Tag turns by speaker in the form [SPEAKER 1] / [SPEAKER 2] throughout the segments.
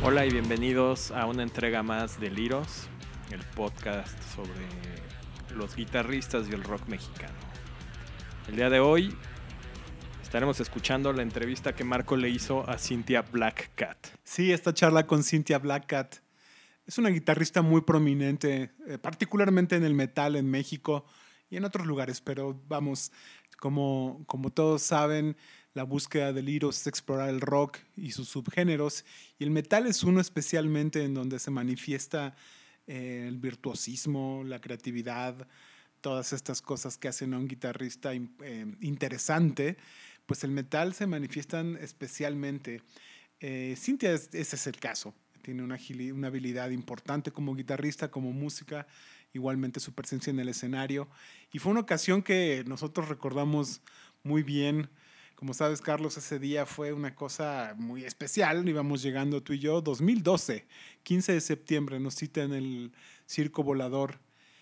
[SPEAKER 1] Hola y bienvenidos a una entrega más de Liros, el podcast sobre los guitarristas y el rock mexicano. El día de hoy estaremos escuchando la entrevista que Marco le hizo a Cynthia Blackcat.
[SPEAKER 2] Sí, esta charla con Cynthia Blackcat. Es una guitarrista muy prominente, particularmente en el metal en México y en otros lugares, pero vamos, como todos saben, la búsqueda de Liros es explorar el rock y sus subgéneros, y el metal es uno especialmente en donde se manifiesta el virtuosismo, la creatividad, todas estas cosas que hacen a un guitarrista interesante, pues el metal se manifiestan especialmente. Cynthia, ese es el caso. Tiene una habilidad importante como guitarrista, como música, igualmente su presencia en el escenario. Y fue una ocasión que nosotros recordamos muy bien. Como sabes, Carlos, ese día fue una cosa muy especial. Íbamos llegando tú y yo, 2012, 15 de septiembre, nos cita en el Circo Volador.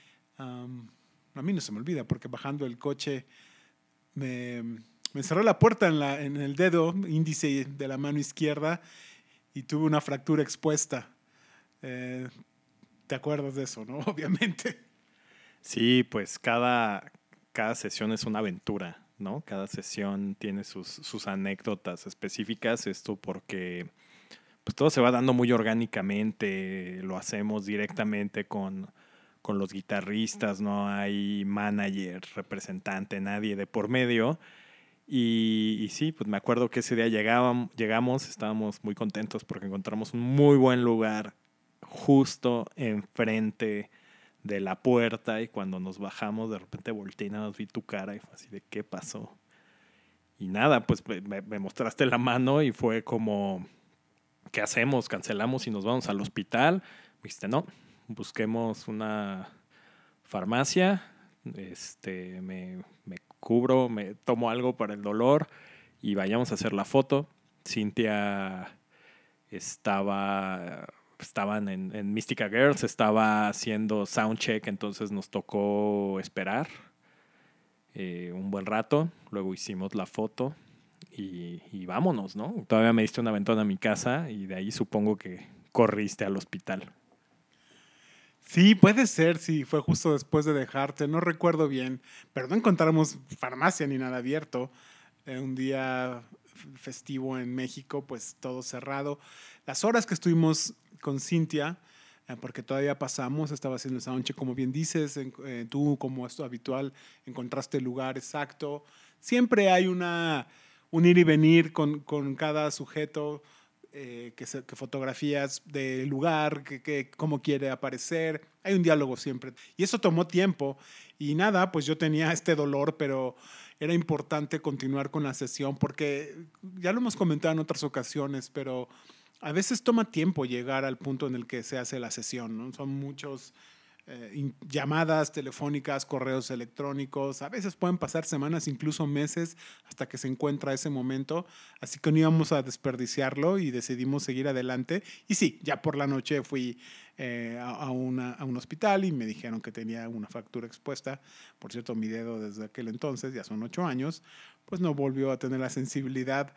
[SPEAKER 2] A mí no se me olvida porque bajando el coche me cerró la puerta en el dedo índice de la mano izquierda y tuve una fractura expuesta. Eh, ¿Te acuerdas de eso, no? Obviamente.
[SPEAKER 1] Sí, pues cada sesión es una aventura, ¿no? Cada sesión tiene sus anécdotas específicas. Esto porque pues todo se va dando muy orgánicamente, lo hacemos directamente con los guitarristas, no hay manager, representante, nadie de por medio. Y sí, pues me acuerdo que ese día llegamos, estábamos muy contentos porque encontramos un muy buen lugar justo enfrente de la puerta, y cuando nos bajamos de repente volteé y nada más vi tu cara y fue así de ¿qué pasó? Y nada, pues me mostraste la mano y fue como ¿qué hacemos? ¿Cancelamos y nos vamos al hospital? Me dijiste, no, busquemos una farmacia, me cubro, me tomo algo para el dolor y vayamos a hacer la foto. Cynthia estaban en Mystica Girls, estaba haciendo soundcheck, entonces nos tocó esperar un buen rato, luego hicimos la foto y vámonos, ¿no? Todavía me diste un aventón a mi casa y de ahí supongo que corriste al hospital.
[SPEAKER 2] Sí, puede ser, sí, fue justo después de dejarte, no recuerdo bien, pero no encontramos farmacia ni nada abierto. Un día festivo en México, pues todo cerrado. Las horas que estuvimos con Cintia, porque todavía pasamos, estaba haciendo el soundcheck, como bien dices, tú, como es habitual, encontraste el lugar exacto. Siempre hay un ir y venir con cada sujeto. Que fotografías del lugar, cómo quiere aparecer. Hay un diálogo siempre. Y eso tomó tiempo. Y nada, pues yo tenía este dolor, pero era importante continuar con la sesión porque ya lo hemos comentado en otras ocasiones, pero a veces toma tiempo llegar al punto en el que se hace la sesión, ¿no? Son muchos llamadas telefónicas, correos electrónicos, a veces pueden pasar semanas, incluso meses, hasta que se encuentra ese momento, así que no íbamos a desperdiciarlo y decidimos seguir adelante. Y sí, ya por la noche fui a un hospital y me dijeron que tenía una fractura expuesta. Por cierto, mi dedo desde aquel entonces, ya son 8 años, pues no volvió a tener la sensibilidad,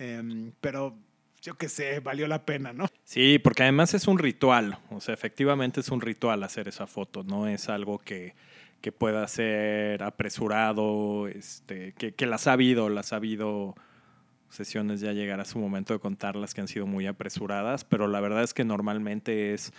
[SPEAKER 2] pero yo qué sé, valió la pena, ¿no?
[SPEAKER 1] Sí, porque además es un ritual, o sea, efectivamente es un ritual hacer esa foto, no es algo que pueda ser apresurado, que las ha habido sesiones, ya llegará su momento de contarlas, que han sido muy apresuradas, pero la verdad es que normalmente es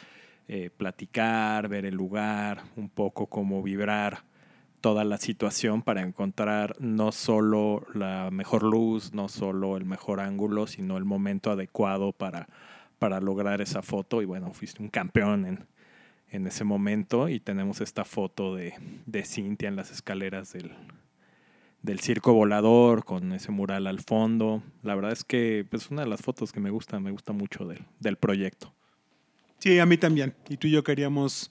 [SPEAKER 1] platicar, ver el lugar, un poco como vibrar toda la situación para encontrar no solo la mejor luz, no solo el mejor ángulo, sino el momento adecuado para lograr esa foto. Y bueno, fuiste un campeón en ese momento y tenemos esta foto de Cynthia en las escaleras del Circo Volador con ese mural al fondo. La verdad es que es pues, una de las fotos que me gusta mucho del proyecto.
[SPEAKER 2] Sí, a mí también. Y tú y yo queríamos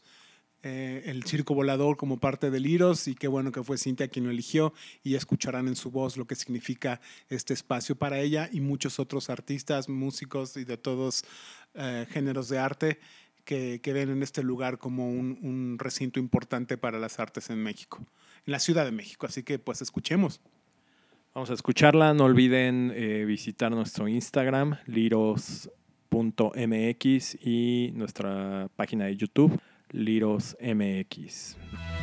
[SPEAKER 2] el Circo Volador como parte del Liros, y qué bueno que fue Cintia quien lo eligió, y ya escucharán en su voz lo que significa este espacio para ella y muchos otros artistas, músicos y de todos géneros de arte que ven en este lugar como un recinto importante para las artes en México, en la Ciudad de México. Así que pues escuchemos.
[SPEAKER 1] Vamos a escucharla. No olviden visitar nuestro Instagram, liros.mx, liros.mx y nuestra página de YouTube, lirosmx.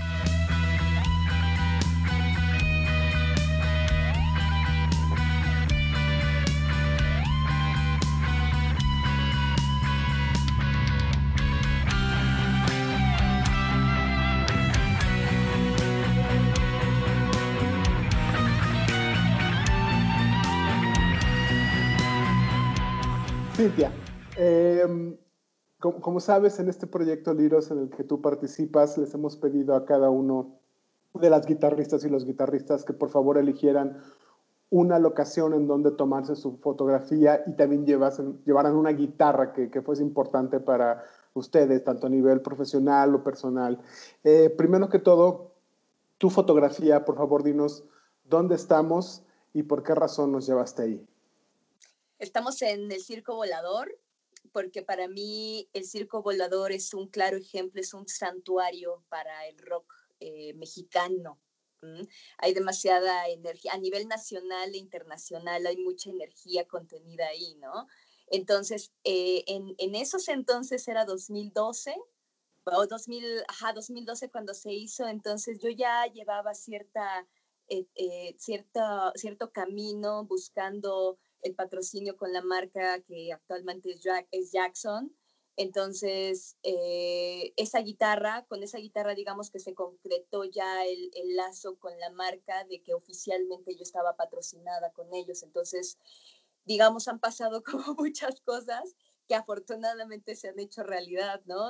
[SPEAKER 2] Cintia, como sabes, en este proyecto Liros en el que tú participas, les hemos pedido a cada uno de las guitarristas y los guitarristas que por favor eligieran una locación en donde tomarse su fotografía y también llevaran una guitarra que fuese importante para ustedes, tanto a nivel profesional o personal. Primero que todo, tu fotografía, por favor, dinos dónde estamos y por qué razón nos llevaste ahí.
[SPEAKER 3] Estamos en el Circo Volador, porque para mí el Circo Volador es un claro ejemplo, es un santuario para el rock mexicano. Hay demasiada energía, a nivel nacional e internacional hay mucha energía contenida ahí, ¿no? Entonces, en esos entonces era 2012, o 2012 cuando se hizo, entonces yo ya llevaba cierto camino buscando el patrocinio con la marca que actualmente es Jackson. Entonces, con esa guitarra, digamos que se concretó ya el lazo con la marca de que oficialmente yo estaba patrocinada con ellos. Entonces, digamos, han pasado como muchas cosas que afortunadamente se han hecho realidad, ¿no?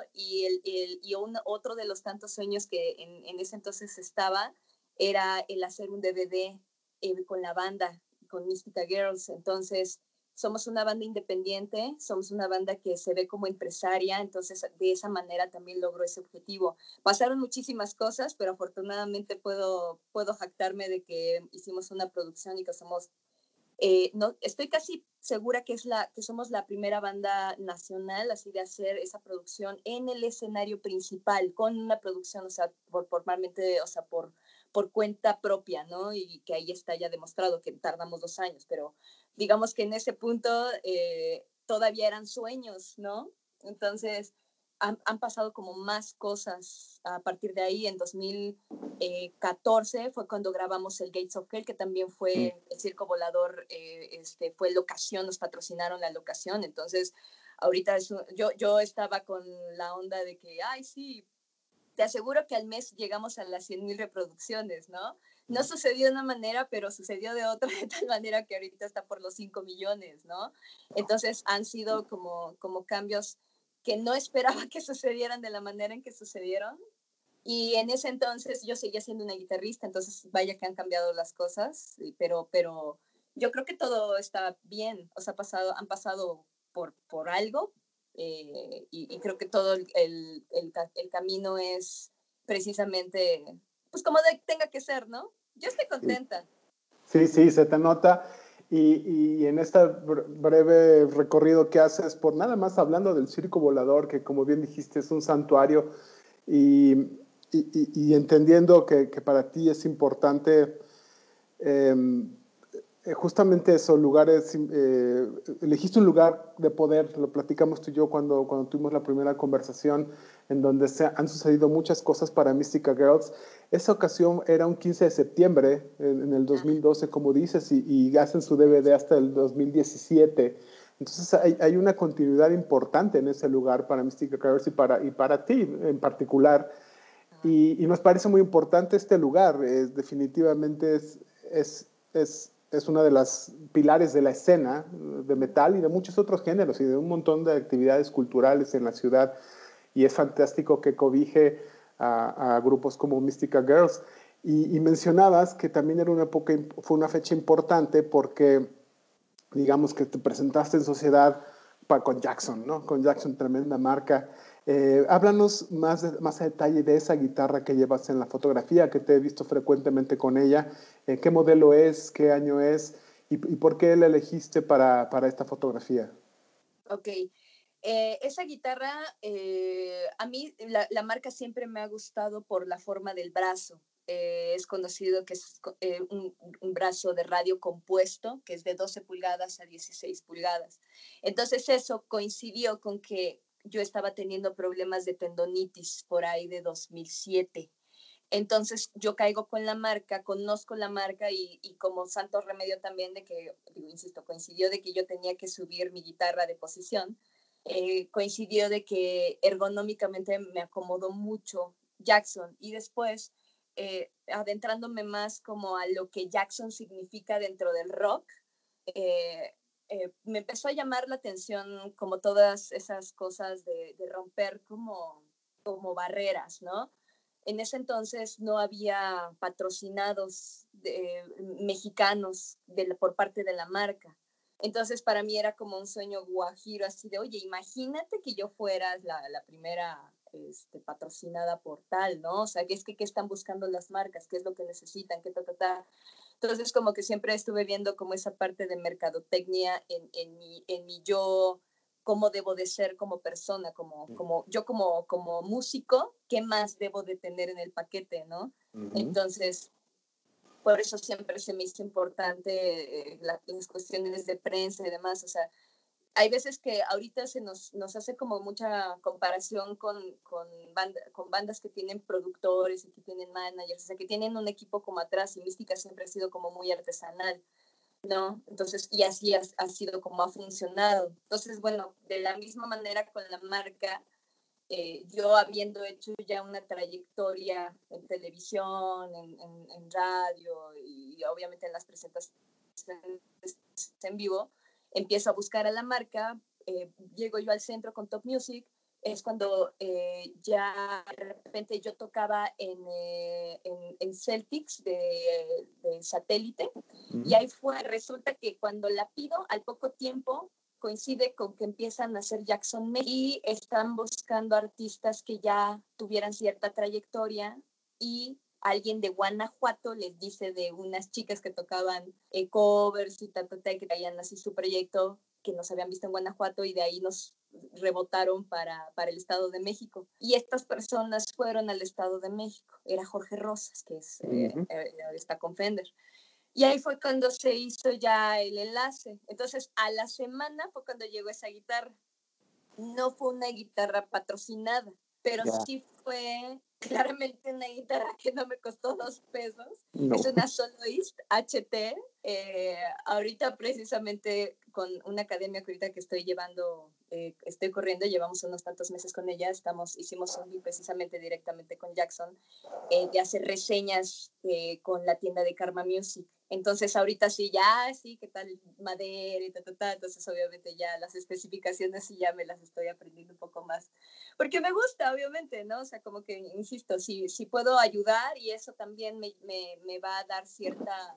[SPEAKER 3] Otro de los tantos sueños que en ese entonces estaba era el hacer un DVD con la banda, con Mystica Girls. Entonces, somos una banda independiente, somos una banda que se ve como empresaria, entonces de esa manera también logró ese objetivo. Pasaron muchísimas cosas, pero afortunadamente puedo jactarme de que hicimos una producción y que somos no, estoy casi segura que somos la primera banda nacional así de hacer esa producción en el escenario principal, con una producción, o sea, formalmente, o sea, por cuenta propia, ¿no? Y que ahí está ya demostrado que tardamos 2 años, pero digamos que en ese punto todavía eran sueños, ¿no? Entonces, han pasado como más cosas a partir de ahí. En 2014 fue cuando grabamos el Gates of Hell, que también fue el Circo Volador, fue locación, nos patrocinaron la locación. Entonces, ahorita yo estaba con la onda de que, ay, sí, te aseguro que al mes llegamos a las 100,000 reproducciones, ¿no? No sucedió de una manera, pero sucedió de otra, de tal manera que ahorita está por los 5 millones, ¿no? Entonces han sido como cambios que no esperaba que sucedieran de la manera en que sucedieron. Y en ese entonces yo seguía siendo una guitarrista, entonces vaya que han cambiado las cosas, pero yo creo que todo está bien, o sea, han pasado por algo, y creo que todo el camino es precisamente, pues como tenga que ser, ¿no? Yo estoy contenta.
[SPEAKER 2] Sí, sí, se te nota. Y en este breve recorrido que haces, por nada más hablando del Circo Volador, que como bien dijiste es un santuario, y entendiendo que para ti es importante justamente esos lugares, elegiste un lugar de poder, lo platicamos tú y yo cuando tuvimos la primera conversación, en donde han sucedido muchas cosas para Mystica Girls. Esa ocasión era un 15 de septiembre en el 2012, como dices, y hacen su DVD hasta el 2017. Entonces hay una continuidad importante en ese lugar para Mystica Girls y para ti en particular. Y nos parece muy importante este lugar. Definitivamente es una de las pilares de la escena de metal y de muchos otros géneros y de un montón de actividades culturales en la ciudad. Y es fantástico que cobije a grupos como Mystica Girls. Y mencionabas que también fue una fecha importante porque, digamos, que te presentaste en sociedad con Jackson, ¿no? Con Jackson, tremenda marca. Háblanos más a detalle de esa guitarra que llevas en la fotografía, que te he visto frecuentemente con ella. ¿Qué modelo es? ¿Qué año es? ¿Y por qué la elegiste para esta fotografía?
[SPEAKER 3] Ok. Esa guitarra, a mí la marca siempre me ha gustado por la forma del brazo. es conocido que es un brazo de radio compuesto, que es de 12 pulgadas a 16 pulgadas. Entonces eso coincidió con que yo estaba teniendo problemas de tendonitis por ahí de 2007. Entonces yo caigo con la marca, conozco la marca y como santo remedio también de que, digo, insisto, coincidió de que yo tenía que subir mi guitarra de posición, coincidió de que ergonómicamente me acomodó mucho Jackson y después adentrándome más como a lo que Jackson significa dentro del rock, me empezó a llamar la atención como todas esas cosas de romper como barreras, ¿no? En ese entonces no había patrocinados mexicanos por parte de la marca. Entonces para mí era como un sueño guajiro, así de, oye, imagínate que yo fuera la primera patrocinada por tal, ¿no? O sea, ¿qué están buscando las marcas? ¿Qué es lo que necesitan? ¿Qué ta? Entonces como que siempre estuve viendo como esa parte de mercadotecnia en mi yo, cómo debo de ser como persona, como músico, qué más debo de tener en el paquete, ¿no? Entonces, por eso siempre se me hizo importante las cuestiones de prensa y demás, o sea, hay veces que ahorita se nos hace como mucha comparación con bandas que tienen productores y que tienen managers, o sea, que tienen un equipo como atrás y Mística siempre ha sido como muy artesanal, ¿no? Entonces, y así ha sido como ha funcionado. Entonces, bueno, de la misma manera con la marca, yo habiendo hecho ya una trayectoria en televisión, en radio y obviamente en las presentaciones en vivo, empiezo a buscar a la marca, llego yo al centro con Top Music, es cuando ya de repente yo tocaba en Celtics de satélite y ahí resulta que cuando la pido al poco tiempo coincide con que empiezan a hacer Jackson Maine y están buscando artistas que ya tuvieran cierta trayectoria y alguien de Guanajuato les dice de unas chicas que tocaban covers y que traían así su proyecto que nos habían visto en Guanajuato y de ahí nos rebotaron para el Estado de México. Y estas personas fueron al Estado de México. Era Jorge Rosas, que está con Fender. Y ahí fue cuando se hizo ya el enlace. Entonces, a la semana fue cuando llegó esa guitarra. No fue una guitarra patrocinada, pero sí fue claramente una guitarra que no me costó 2 pesos. No. Es una Soloist HT. Ahorita precisamente con una academia que ahorita que estoy llevando, estoy corriendo, llevamos unos tantos meses con ella, hicimos un deal precisamente directamente con Jackson de hacer reseñas con la tienda de Karma Music. Entonces ahorita sí, qué tal madera y entonces obviamente ya las especificaciones sí ya me las estoy aprendiendo un poco más, porque me gusta obviamente, ¿no? O sea, como que, insisto, sí puedo ayudar y eso también me va a dar cierta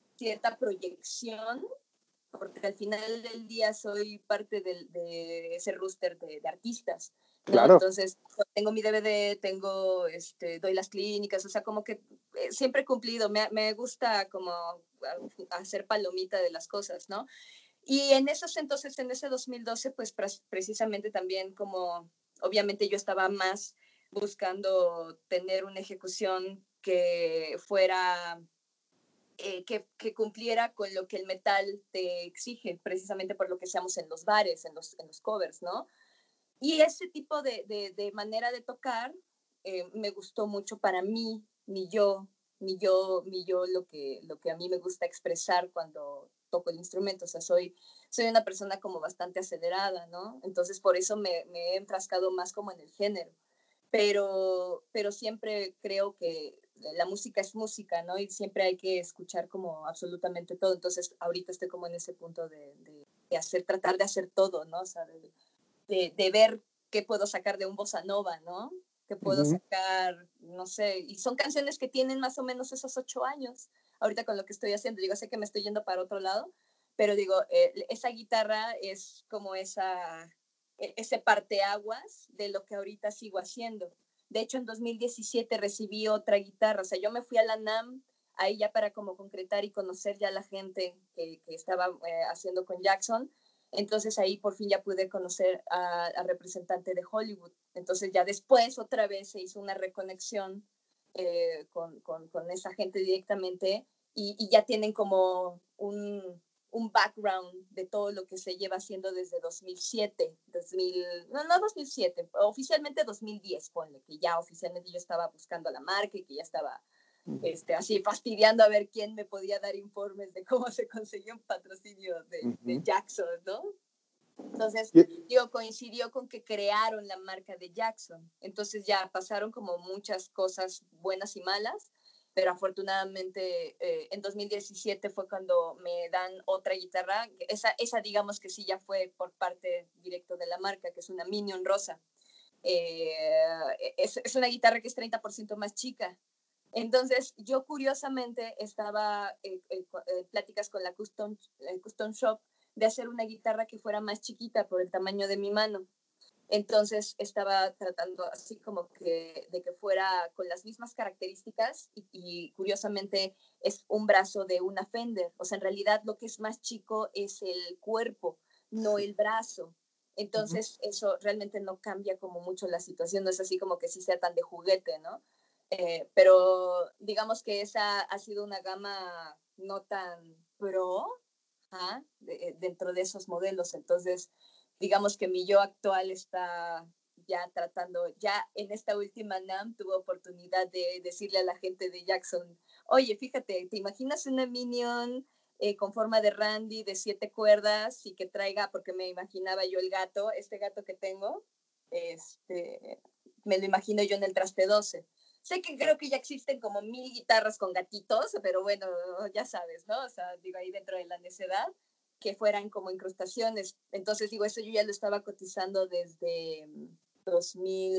[SPEAKER 3] proyección, porque al final del día soy parte de ese roster de artistas, ¿no? Claro. Entonces, tengo mi DVD, doy las clínicas, o sea, como que siempre he cumplido, me gusta como hacer palomita de las cosas, ¿no? Y en esos entonces, en ese 2012, pues precisamente también como, obviamente yo estaba más buscando tener una ejecución que fuera que cumpliera con lo que el metal te exige, precisamente por lo que seamos en los bares, en los covers, ¿no? Y ese tipo de manera de tocar me gustó mucho para mí, mi yo, lo que a mí me gusta expresar cuando toco el instrumento. O sea, soy una persona como bastante acelerada, ¿no? Entonces, por eso me he enfrascado más como en el género. Pero siempre creo que la música es música, ¿no? Y siempre hay que escuchar como absolutamente todo. Entonces, ahorita estoy como en ese punto de tratar de hacer todo, ¿no? O sea, de ver qué puedo sacar de un bossa nova, ¿no? Que puedo sacar, no sé, y son canciones que tienen más o menos esos 8 años. Ahorita con lo que estoy haciendo, digo, sé que me estoy yendo para otro lado, pero digo, esa guitarra es como ese parteaguas de lo que ahorita sigo haciendo. De hecho, en 2017 recibí otra guitarra, o sea, yo me fui a la NAMM ahí ya para como concretar y conocer ya la gente que estaba haciendo con Jackson. Entonces ahí por fin ya pude conocer al representante de Hollywood. Entonces ya después otra vez se hizo una reconexión con esa gente directamente y ya tienen como un background de todo lo que se lleva haciendo desde 2007, 2000, no 2007, oficialmente 2010, ponle, que ya oficialmente yo estaba buscando la marca y que ya estaba así fastidiando a ver quién me podía dar informes de cómo se conseguía un patrocinio de Jackson, ¿no? Entonces, digo, coincidió con que crearon la marca de Jackson. Entonces ya pasaron como muchas cosas buenas y malas, pero afortunadamente en 2017 fue cuando me dan otra guitarra. Esa digamos que sí ya fue por parte directo de la marca, que es una Minion rosa. Es una guitarra que es 30% más chica. Entonces, yo curiosamente estaba en pláticas con la Custom Shop de hacer una guitarra que fuera más chiquita por el tamaño de mi mano. Entonces estaba tratando así como que de que fuera con las mismas características y curiosamente es un brazo de una Fender. O sea, en realidad lo que es más chico es el cuerpo, no el brazo. Entonces eso realmente no cambia como mucho la situación, no es así como que sí sea tan de juguete, ¿no? Pero digamos que esa ha sido una gama no tan pro dentro de esos modelos. Entonces, digamos que mi yo actual está ya tratando, ya en esta última NAM tuve oportunidad de decirle a la gente de Jackson, oye, fíjate, ¿te imaginas una Minion con forma de Randy de 7 cuerdas y que traiga, porque me imaginaba yo el gato, este gato que tengo, me lo imagino yo en el traste 12. Sé que creo que ya existen como 1000 guitarras con gatitos, pero bueno, ya sabes, ¿no? O sea, digo, ahí dentro de la necedad, que fueran como incrustaciones. Entonces, digo, eso yo ya lo estaba cotizando desde 2000,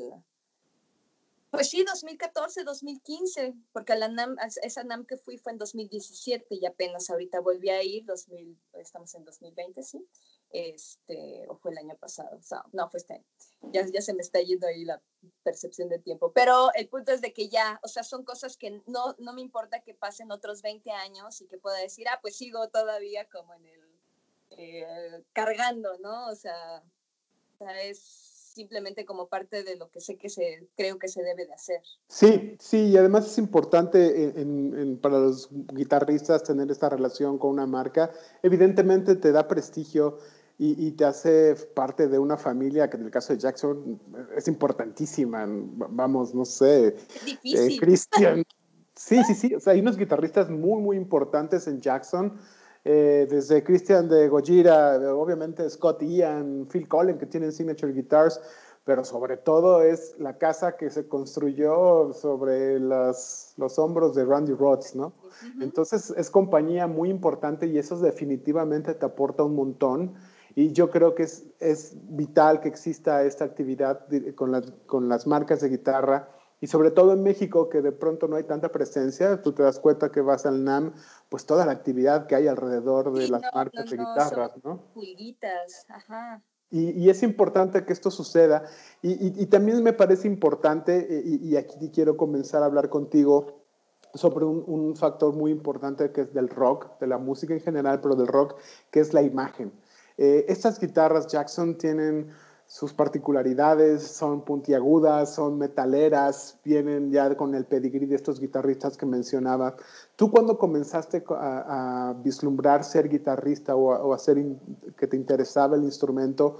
[SPEAKER 3] pues sí, 2014, 2015, porque a la NAM, esa NAM que fui fue en 2017 y apenas ahorita volví a ir, estamos en 2020, ¿sí? O fue el año pasado, o sea, no, fue este año. Ya se me está yendo ahí la percepción de tiempo, pero el punto es de que ya, o sea, son cosas que no me importa que pasen otros 20 años y que pueda decir, pues sigo todavía como en cargando, ¿no? O sea, es simplemente como parte de lo que sé que creo que se debe de hacer.
[SPEAKER 2] Sí, sí, y además es importante para los guitarristas tener esta relación con una marca. Evidentemente te da prestigio y te hace parte de una familia que en el caso de Jackson es importantísima. Vamos, no sé,
[SPEAKER 3] Es difícil.
[SPEAKER 2] Christian. Sí, sí, sí. O sea, hay unos guitarristas muy, muy importantes en Jackson. Desde Christian de Gojira, obviamente Scott Ian, Phil Collen, que tienen Signature Guitars, pero sobre todo es la casa que se construyó sobre los hombros de Randy Rhoads, ¿no? Entonces es compañía muy importante y eso definitivamente te aporta un montón. Y yo creo que es vital que exista esta actividad con las marcas de guitarra y sobre todo en México, que de pronto no hay tanta presencia. Tú te das cuenta que vas al NAM, pues toda la actividad que hay alrededor de
[SPEAKER 3] Sí,
[SPEAKER 2] las marcas de
[SPEAKER 3] no, son
[SPEAKER 2] guitarras, ¿no?
[SPEAKER 3] pulguitas, ajá.
[SPEAKER 2] Y es importante que esto suceda. Y también me parece importante, y aquí quiero comenzar a hablar contigo sobre un factor muy importante que es del rock, de la música en general, pero del rock, que es la imagen. Estas guitarras Jackson tienen sus particularidades, son puntiagudas, son metaleras, vienen ya con el pedigrí de estos guitarristas que mencionaba. ¿Tú cuando comenzaste a vislumbrar ser guitarrista o a que te interesaba el instrumento,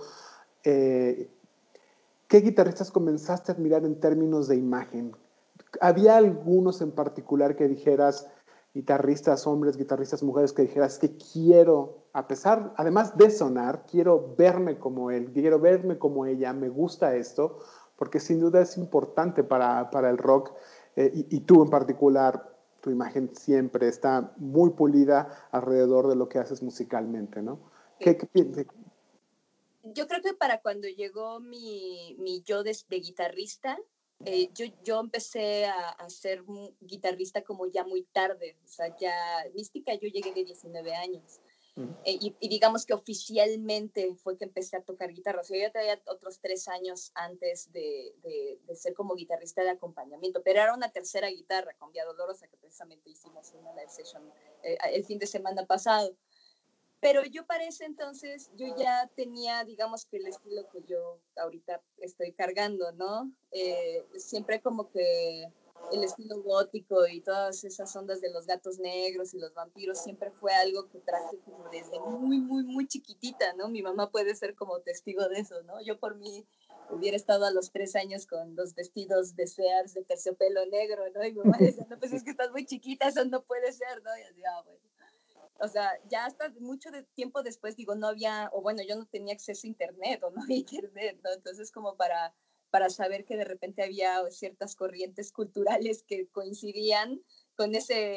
[SPEAKER 2] qué guitarristas comenzaste a admirar en términos de imagen? ¿Había algunos en particular que dijeras, guitarristas hombres, guitarristas mujeres, que dijeras que quiero, además de sonar, quiero verme como él, quiero verme como ella, me gusta esto, porque sin duda es importante para el rock, y tú en particular, tu imagen siempre está muy pulida alrededor de lo que haces musicalmente, ¿no? ¿Qué piensas?
[SPEAKER 3] Yo creo que para cuando llegó mi yo de guitarrista, yo empecé a ser guitarrista como ya muy tarde, o sea, ya mística yo llegué de 19 años. Y digamos que oficialmente fue que empecé a tocar guitarra. O sea, yo ya tenía otros 3 años antes de ser como guitarrista de acompañamiento, pero era una tercera guitarra con Vía Dolorosa, que precisamente hicimos una live session el fin de semana pasado. Pero yo para ese entonces, yo ya tenía, digamos que el estilo que yo ahorita estoy cargando, ¿no? Siempre como que el estilo gótico y todas esas ondas de los gatos negros y los vampiros siempre fue algo que traje como desde muy, muy, muy chiquitita, ¿no? Mi mamá puede ser como testigo de eso, ¿no? Yo por mí hubiera estado a los 3 años con los vestidos de Sears de terciopelo negro, ¿no? Y mi mamá decía, no, pues es que estás muy chiquita, eso no puede ser, ¿no? Y así, bueno. O sea, ya hasta mucho tiempo después, digo, no había, o bueno, yo no tenía acceso a internet, o no había internet, ¿no? Entonces, como para saber que de repente había ciertas corrientes culturales que coincidían con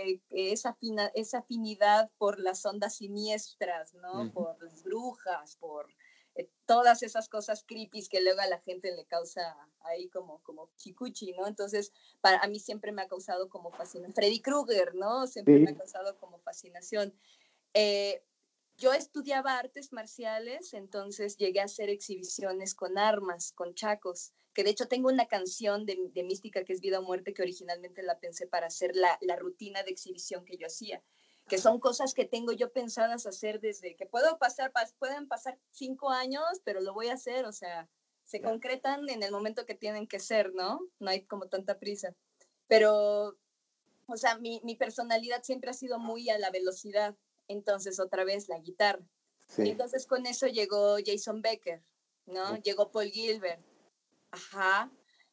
[SPEAKER 3] esa afinidad por las ondas siniestras, ¿no? Por las brujas, por todas esas cosas creepy que luego a la gente le causa ahí como chicuchi, ¿no? Entonces, a mí siempre me ha causado como fascinación. Freddy Krueger, ¿no? Siempre me ha causado como fascinación. Eh, yo estudiaba artes marciales, entonces llegué a hacer exhibiciones con armas, con chacos, que de hecho tengo una canción de Mística que es Vida o Muerte, que originalmente la pensé para hacer la rutina de exhibición que yo hacía, que son cosas que tengo yo pensadas hacer desde que pueden pasar 5 años, pero lo voy a hacer, o sea, se concretan en el momento que tienen que ser, ¿no? No hay como tanta prisa. Pero, o sea, mi personalidad siempre ha sido muy a la velocidad. Entonces, otra vez, la guitarra. Sí. Y entonces con eso llegó Jason Becker, ¿no? Llegó Paul Gilbert. Ajá.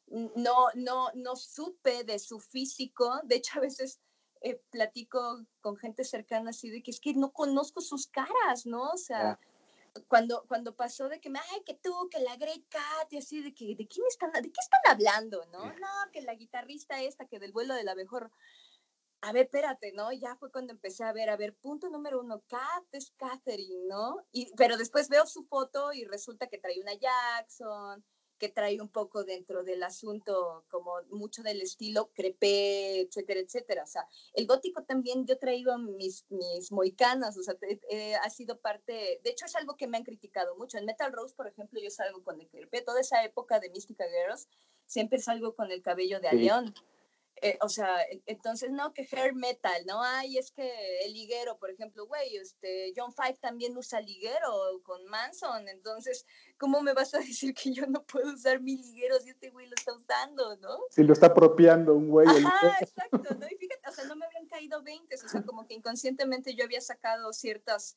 [SPEAKER 3] No supe de su físico. De hecho, a veces platico con gente cercana así de que es que no conozco sus caras, ¿no? O sea, cuando pasó de que, ay, que tú, que la Great Cat, y así de que, ¿de qué están hablando, no? No, que la guitarrista esta, que del vuelo de la mejor. A ver, espérate, ¿no? Ya fue cuando empecé a ver, punto número 1, Kat es Catherine, ¿no? Pero después veo su foto y resulta que trae una Jackson, que trae un poco dentro del asunto como mucho del estilo crepé, etcétera, etcétera. O sea, el gótico también yo traigo mis moicanas, o sea, ha sido parte, de hecho es algo que me han criticado mucho. En Metal Rose, por ejemplo, yo salgo con el crepé, toda esa época de Mystica Girls, siempre salgo con el cabello de Alión. O sea, entonces, no, que hair metal, ¿no? Ay, es que el liguero, por ejemplo, güey, John Five también usa liguero con Manson, entonces, ¿cómo me vas a decir que yo no puedo usar mi liguero si este güey lo está usando, ¿no?
[SPEAKER 4] Si lo está apropiando un güey.
[SPEAKER 3] Ajá, exacto, ¿no? Y fíjate, o sea, no me habían caído 20, o sea, como que inconscientemente yo había sacado ciertas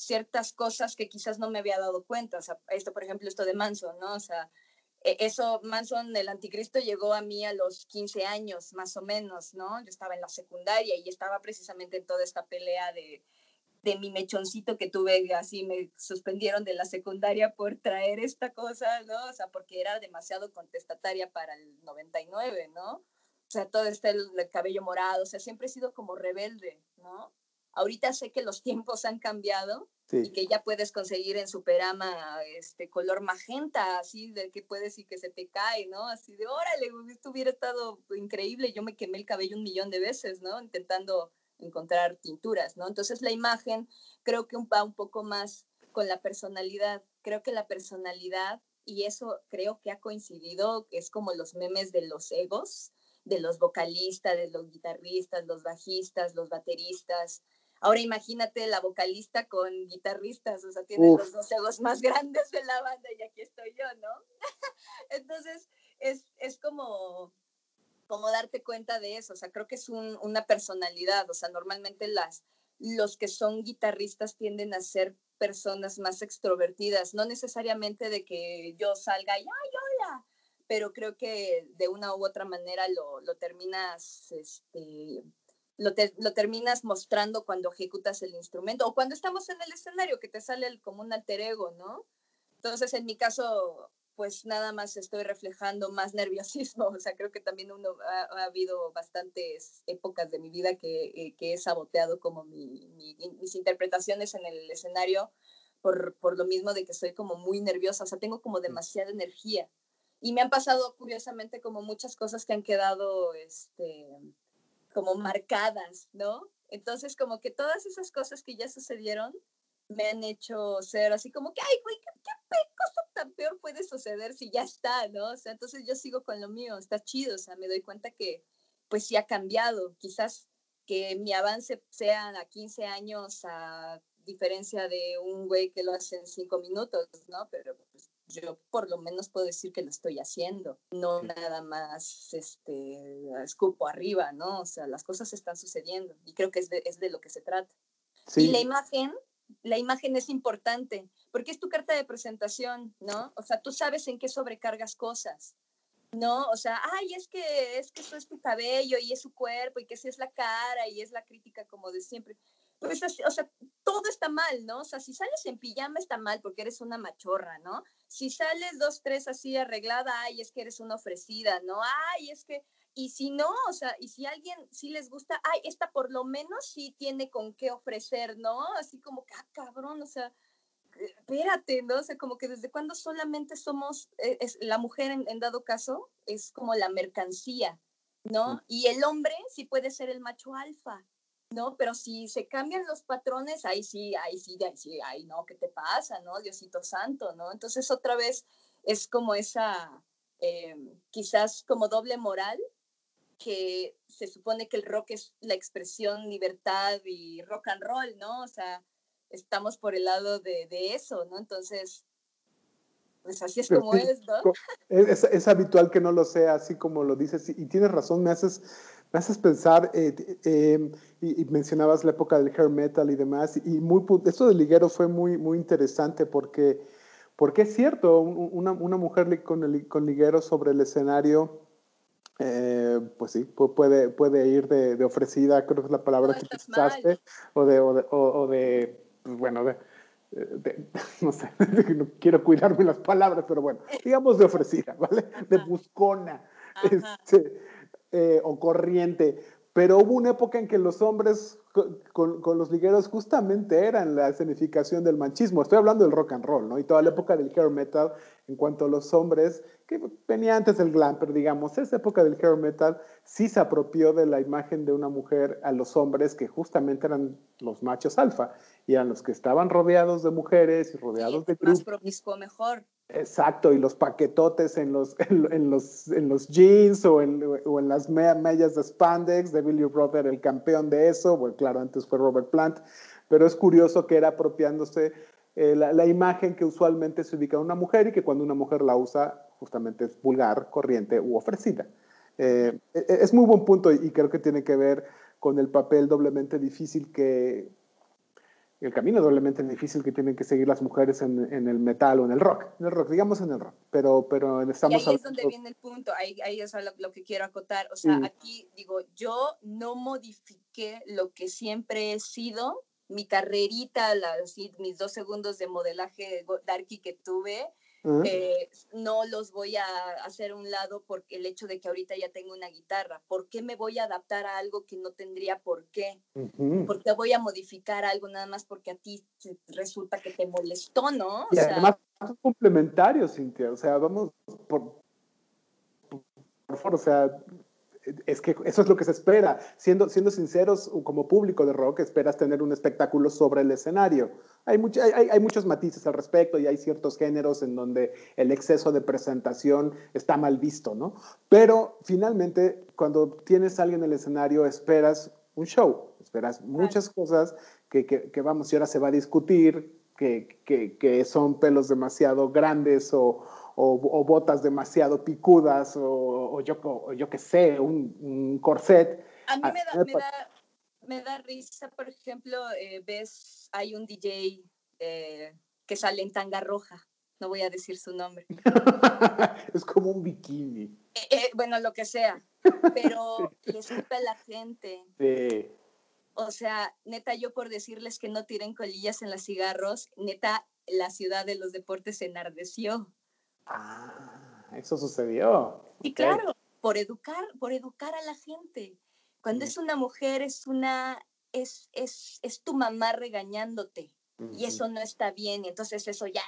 [SPEAKER 3] cosas que quizás no me había dado cuenta, o sea, por ejemplo, esto de Manson, ¿no? O sea, eso, Manson, el anticristo, llegó a mí a los 15 años, más o menos, ¿no? Yo estaba en la secundaria y estaba precisamente en toda esta pelea de mi mechoncito que tuve, así me suspendieron de la secundaria por traer esta cosa, ¿no? O sea, porque era demasiado contestataria para el 99, ¿no? O sea, todo el cabello morado, o sea, siempre he sido como rebelde, ¿no? Ahorita sé que los tiempos han cambiado, sí, y que ya puedes conseguir en Superama color magenta, así de que puedes y que se te cae, ¿no? Así de, órale, esto hubiera estado increíble. Yo me quemé el cabello 1,000,000 de veces, ¿no? Intentando encontrar tinturas, ¿no? Entonces la imagen creo que va un poco más con la personalidad. Creo que la personalidad, y eso creo que ha coincidido, que es como los memes de los egos, de los vocalistas, de los guitarristas, los bajistas, los bateristas. Ahora imagínate la vocalista con guitarristas, o sea, tienen los dos egos más grandes de la banda y aquí estoy yo, ¿no? Entonces, es como darte cuenta de eso, o sea, creo que es una personalidad, o sea, normalmente los que son guitarristas tienden a ser personas más extrovertidas, no necesariamente de que yo salga y ¡ay, hola! Pero creo que de una u otra manera lo terminas, lo terminas mostrando cuando ejecutas el instrumento o cuando estamos en el escenario, que te sale como un alter ego, ¿no? Entonces, en mi caso, pues nada más estoy reflejando más nerviosismo. O sea, creo que también ha habido bastantes épocas de mi vida que he saboteado como mis interpretaciones en el escenario por lo mismo de que soy como muy nerviosa. O sea, tengo como demasiada energía. Y me han pasado, curiosamente, como muchas cosas que han quedado como marcadas, ¿no? Entonces, como que todas esas cosas que ya sucedieron me han hecho ser así como que, ay, güey, ¿qué cosa tan peor puede suceder si ya está, ¿no? O sea, entonces yo sigo con lo mío, está chido, o sea, me doy cuenta que pues sí ha cambiado, quizás que mi avance sea a 15 años a diferencia de un güey que lo hace en 5 minutos, ¿no? Pero pues yo por lo menos puedo decir que lo estoy haciendo, no nada más escupo arriba, ¿no? O sea, las cosas están sucediendo y creo que es de lo que se trata.
[SPEAKER 4] Sí.
[SPEAKER 3] Y la imagen es importante porque es tu carta de presentación, ¿no? O sea, tú sabes en qué sobrecargas cosas. No, o sea, ay, es que eso es tu cabello y es su cuerpo y que sí es la cara y es la crítica como de siempre. Pues así, o sea, todo está mal, ¿no? O sea, si sales en pijama está mal porque eres una machorra, ¿no? Si sales 2, 3 así arreglada, ay, es que eres una ofrecida, ¿no? Ay, es que, y si no, o sea, y si a alguien sí les gusta, ay, esta por lo menos sí tiene con qué ofrecer, ¿no? Así como que, ah, cabrón, o sea, espérate, ¿no? O sea, como que desde cuando solamente somos, la mujer en dado caso es como la mercancía, ¿no? Y el hombre sí puede ser el macho alfa, ¿no? Pero si se cambian los patrones, ahí no, ¿qué te pasa, no? Diosito santo, ¿no? Entonces otra vez es como esa, quizás como doble moral, que se supone que el rock es la expresión, libertad y rock and roll, ¿no? O sea, estamos por el lado de eso, ¿no? Entonces, pues así es
[SPEAKER 4] Pero
[SPEAKER 3] como
[SPEAKER 4] sí,
[SPEAKER 3] es, ¿no?
[SPEAKER 4] es habitual que no lo sea así como lo dices, y tienes razón, me haces pensar, y mencionabas la época del hair metal y demás, y esto del liguero fue muy, muy interesante porque es cierto, una mujer con liguero sobre el escenario, pues sí, puede ir de ofrecida, creo que es la
[SPEAKER 3] No
[SPEAKER 4] palabra que
[SPEAKER 3] estás mal.
[SPEAKER 4] utilizaste, pues bueno, no sé, no quiero cuidarme las palabras, pero bueno, digamos de ofrecida, ¿vale? De
[SPEAKER 3] Ajá,
[SPEAKER 4] buscona,
[SPEAKER 3] ajá.
[SPEAKER 4] o corriente. Pero hubo una época en que los hombres con los ligueros justamente eran la escenificación del machismo. Estoy hablando del rock and roll, ¿no? Y toda la época del hair metal, en cuanto a los hombres, que venía antes del glam, pero digamos, esa época del hair metal sí se apropió de la imagen de una mujer a los hombres que justamente eran los machos alfa, y eran los que estaban rodeados de mujeres y
[SPEAKER 3] Sí,
[SPEAKER 4] rodeados de
[SPEAKER 3] más
[SPEAKER 4] grupos.
[SPEAKER 3] promiscuo mejor.
[SPEAKER 4] Exacto, y los paquetotes en los jeans o en las mallas de spandex, de Billy Brother, el campeón de eso, bueno, claro, antes fue Robert Plant, pero es curioso que era apropiándose la imagen que usualmente se ubica en una mujer y que cuando una mujer la usa justamente es vulgar, corriente u ofrecida. Es muy buen punto y creo que tiene que ver con el papel doblemente difícil el camino doblemente difícil que tienen que seguir las mujeres en el metal o en el rock, digamos en el rock, pero
[SPEAKER 3] Y
[SPEAKER 4] estamos
[SPEAKER 3] ahí es donde
[SPEAKER 4] hablando.
[SPEAKER 3] viene el punto, ahí es lo que quiero acotar. O sea,
[SPEAKER 4] Sí.
[SPEAKER 3] aquí digo, yo no modifiqué lo que siempre he sido, mi carrerita, mis 2 segundos de modelaje darky que tuve, no los voy a hacer a un lado por el hecho de que ahorita ya tengo una guitarra. ¿Por qué me voy a adaptar a algo que no tendría por qué?
[SPEAKER 4] Uh-huh.
[SPEAKER 3] ¿Por qué voy a modificar algo nada más porque a ti resulta que te molestó, ¿no? O
[SPEAKER 4] Y
[SPEAKER 3] sea,
[SPEAKER 4] además son complementarios, Cintia, o sea, vamos por favor, o sea, es que eso es lo que se espera. Siendo sinceros, como público de rock, esperas tener un espectáculo sobre el escenario. Hay muchos matices al respecto y hay ciertos géneros en donde el exceso de presentación está mal visto, ¿no? Pero finalmente, cuando tienes a alguien en el escenario, esperas un show, esperas muchas cosas que vamos, y ahora se va a discutir, que son pelos demasiado grandes o botas demasiado picudas o yo qué sé, un corset.
[SPEAKER 3] a mí me da risa, por ejemplo, hay un DJ que sale en tanga roja, no voy a decir su nombre.
[SPEAKER 4] Es como un bikini.
[SPEAKER 3] Bueno, lo que sea, pero le escupe a la gente.
[SPEAKER 4] Sí.
[SPEAKER 3] O sea, neta, yo por decirles que no tiren colillas en los cigarros, neta, la ciudad de los deportes se enardeció.
[SPEAKER 4] Eso sucedió.
[SPEAKER 3] Y
[SPEAKER 4] Okay.
[SPEAKER 3] claro, por educar a la gente. Cuando es una mujer, es tu mamá regañándote. Y eso no está bien. Y entonces eso ya.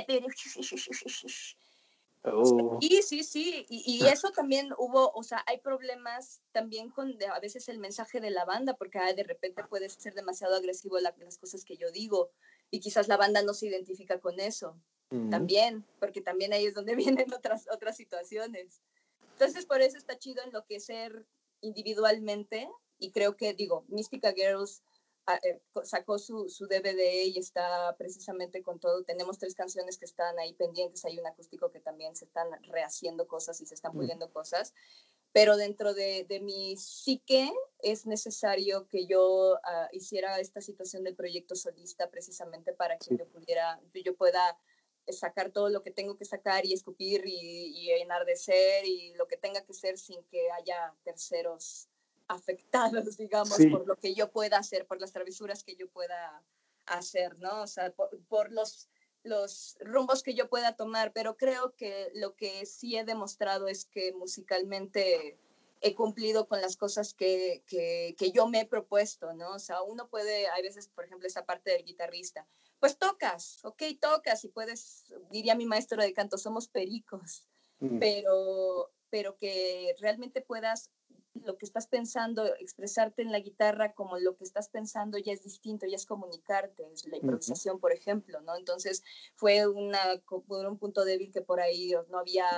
[SPEAKER 4] Oh.
[SPEAKER 3] Sí. Y eso también o sea, hay problemas también con a veces el mensaje de la banda, porque de repente puede ser demasiado agresivo las cosas que yo digo. Y quizás la banda no se identifica con eso. También, porque también ahí es donde vienen otras situaciones. Entonces, por eso está chido enloquecer individualmente y creo que, digo, Mystica Girls sacó su DVD y está precisamente con todo. Tenemos 3 canciones que están ahí pendientes. Hay un acústico que también se están rehaciendo cosas y se están puliendo cosas. Pero dentro de mi psique es necesario que yo hiciera esta situación del proyecto solista precisamente para que yo pueda sacar todo lo que tengo que sacar y escupir y enardecer y lo que tenga que ser sin que haya terceros afectados, digamos, por lo que yo pueda hacer, por las travesuras que yo pueda hacer, ¿no? O sea, por los rumbos que yo pueda tomar, pero creo que lo que sí he demostrado es que musicalmente he cumplido con las cosas que yo me he propuesto, ¿no? O sea, uno puede, hay veces, por ejemplo, esa parte del guitarrista, pues tocas y puedes, diría mi maestro de canto, somos pericos, pero que realmente puedas lo que estás pensando, expresarte en la guitarra como lo que estás pensando ya es distinto, ya es comunicarte, es la improvisación, por ejemplo, ¿no? Entonces fue un punto débil que por ahí yo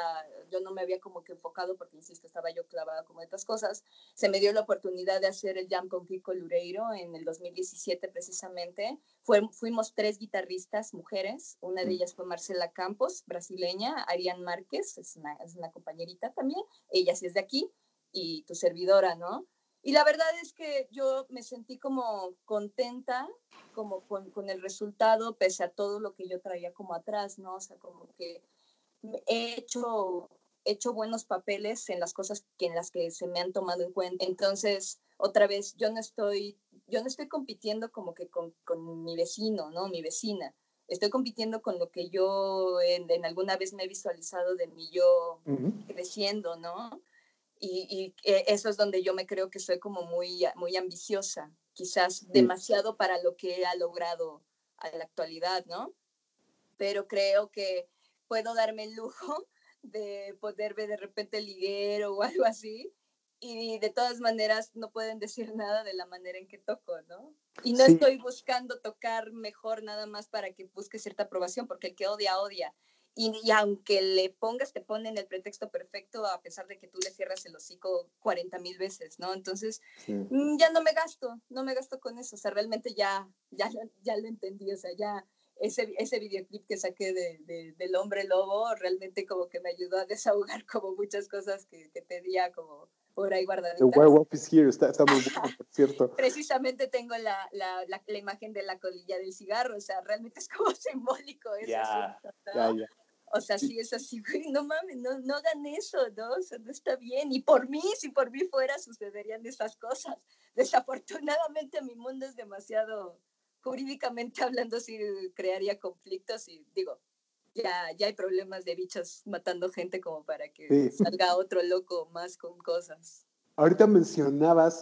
[SPEAKER 3] no me había como que enfocado porque, insisto, estaba yo clavada como de otras cosas. Se me dio la oportunidad de hacer el jam con Kiko Loureiro en el 2017 precisamente. Fuimos 3 guitarristas mujeres, una de ellas fue Marcela Campos, brasileña, Ariane Márquez, es una compañerita también, ella sí es de aquí, y tu servidora, ¿no? Y la verdad es que yo me sentí como contenta como con el resultado, pese a todo lo que yo traía como atrás, ¿no? O sea, como que he hecho buenos papeles en las cosas en las que se me han tomado en cuenta. Entonces, otra vez, yo no estoy compitiendo como que con mi vecino, ¿no? Mi vecina. Estoy compitiendo con lo que yo en alguna vez me he visualizado de mi yo creciendo, ¿no? Y eso es donde yo me creo que soy como muy, muy ambiciosa, quizás demasiado para lo que ha logrado a la actualidad, ¿no? Pero creo que puedo darme el lujo de poderme de repente liguero o algo así, y de todas maneras no pueden decir nada de la manera en que toco, ¿no? Y no estoy buscando tocar mejor nada más para que busque cierta aprobación, porque el que odia, odia. Y aunque le pongas, te ponen el pretexto perfecto, a pesar de que tú le cierras el hocico 40,000 veces, ¿no? Entonces, ya no me gasto con eso. O sea, realmente ya lo entendí. O sea, ya ese videoclip que saqué del hombre lobo realmente como que me ayudó a desahogar como muchas cosas que tenía como por ahí guardaditas.
[SPEAKER 4] The Werewolf is Here está muy bueno, por cierto.
[SPEAKER 3] Precisamente tengo la imagen de la colilla del cigarro, o sea, realmente es como simbólico ese asunto, ¿no? O sea, sí es así, güey, no mames, no hagan eso, ¿no? O sea, no está bien. Y si por mí fuera, sucederían esas cosas. Desafortunadamente mi mundo es demasiado, jurídicamente hablando, sí crearía conflictos y digo, ya hay problemas de bichos matando gente como para que salga otro loco más con cosas.
[SPEAKER 4] Ahorita mencionabas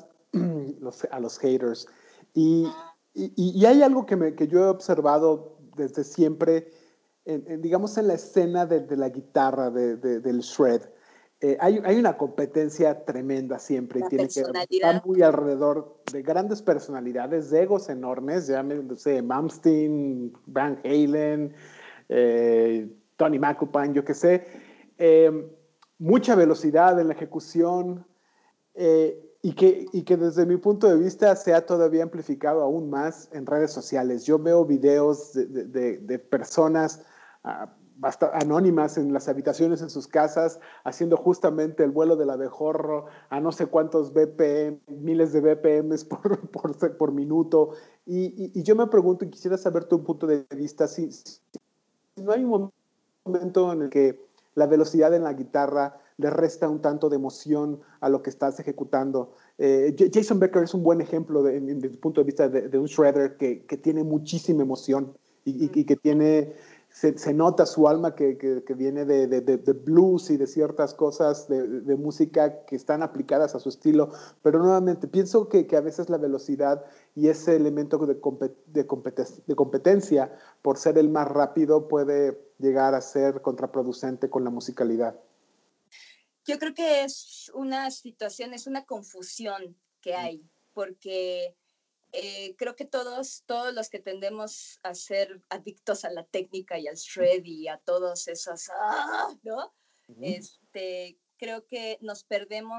[SPEAKER 4] a los haters y hay algo que yo he observado desde siempre, digamos en la escena de la guitarra, del shred. Hay una competencia tremenda siempre y tiene que estar muy alrededor de grandes personalidades, de egos enormes, llámese Malmsteen, Van Halen, Tony McApee, yo qué sé. Mucha velocidad en la ejecución. Y que desde mi punto de vista se ha todavía amplificado aún más en redes sociales. Yo veo videos de personas anónimas en las habitaciones en sus casas haciendo justamente el vuelo del abejorro a no sé cuántos BPM, miles de BPMs por minuto. Y yo me pregunto y quisiera saber tu punto de vista, si no hay un momento en el que la velocidad en la guitarra le resta un tanto de emoción a lo que estás ejecutando. Jason Becker es un buen ejemplo desde el punto de vista de un shredder que tiene muchísima emoción y que tiene, se nota su alma que viene de blues y de ciertas cosas de música que están aplicadas a su estilo, pero nuevamente pienso que a veces la velocidad y ese elemento de competencia por ser el más rápido puede llegar a ser contraproducente con la musicalidad.
[SPEAKER 3] Yo creo que es una situación, es una confusión que hay, porque creo que todos los que tendemos a ser adictos a la técnica y al shred y a todos esos, ¿no? Creo que nos perdemos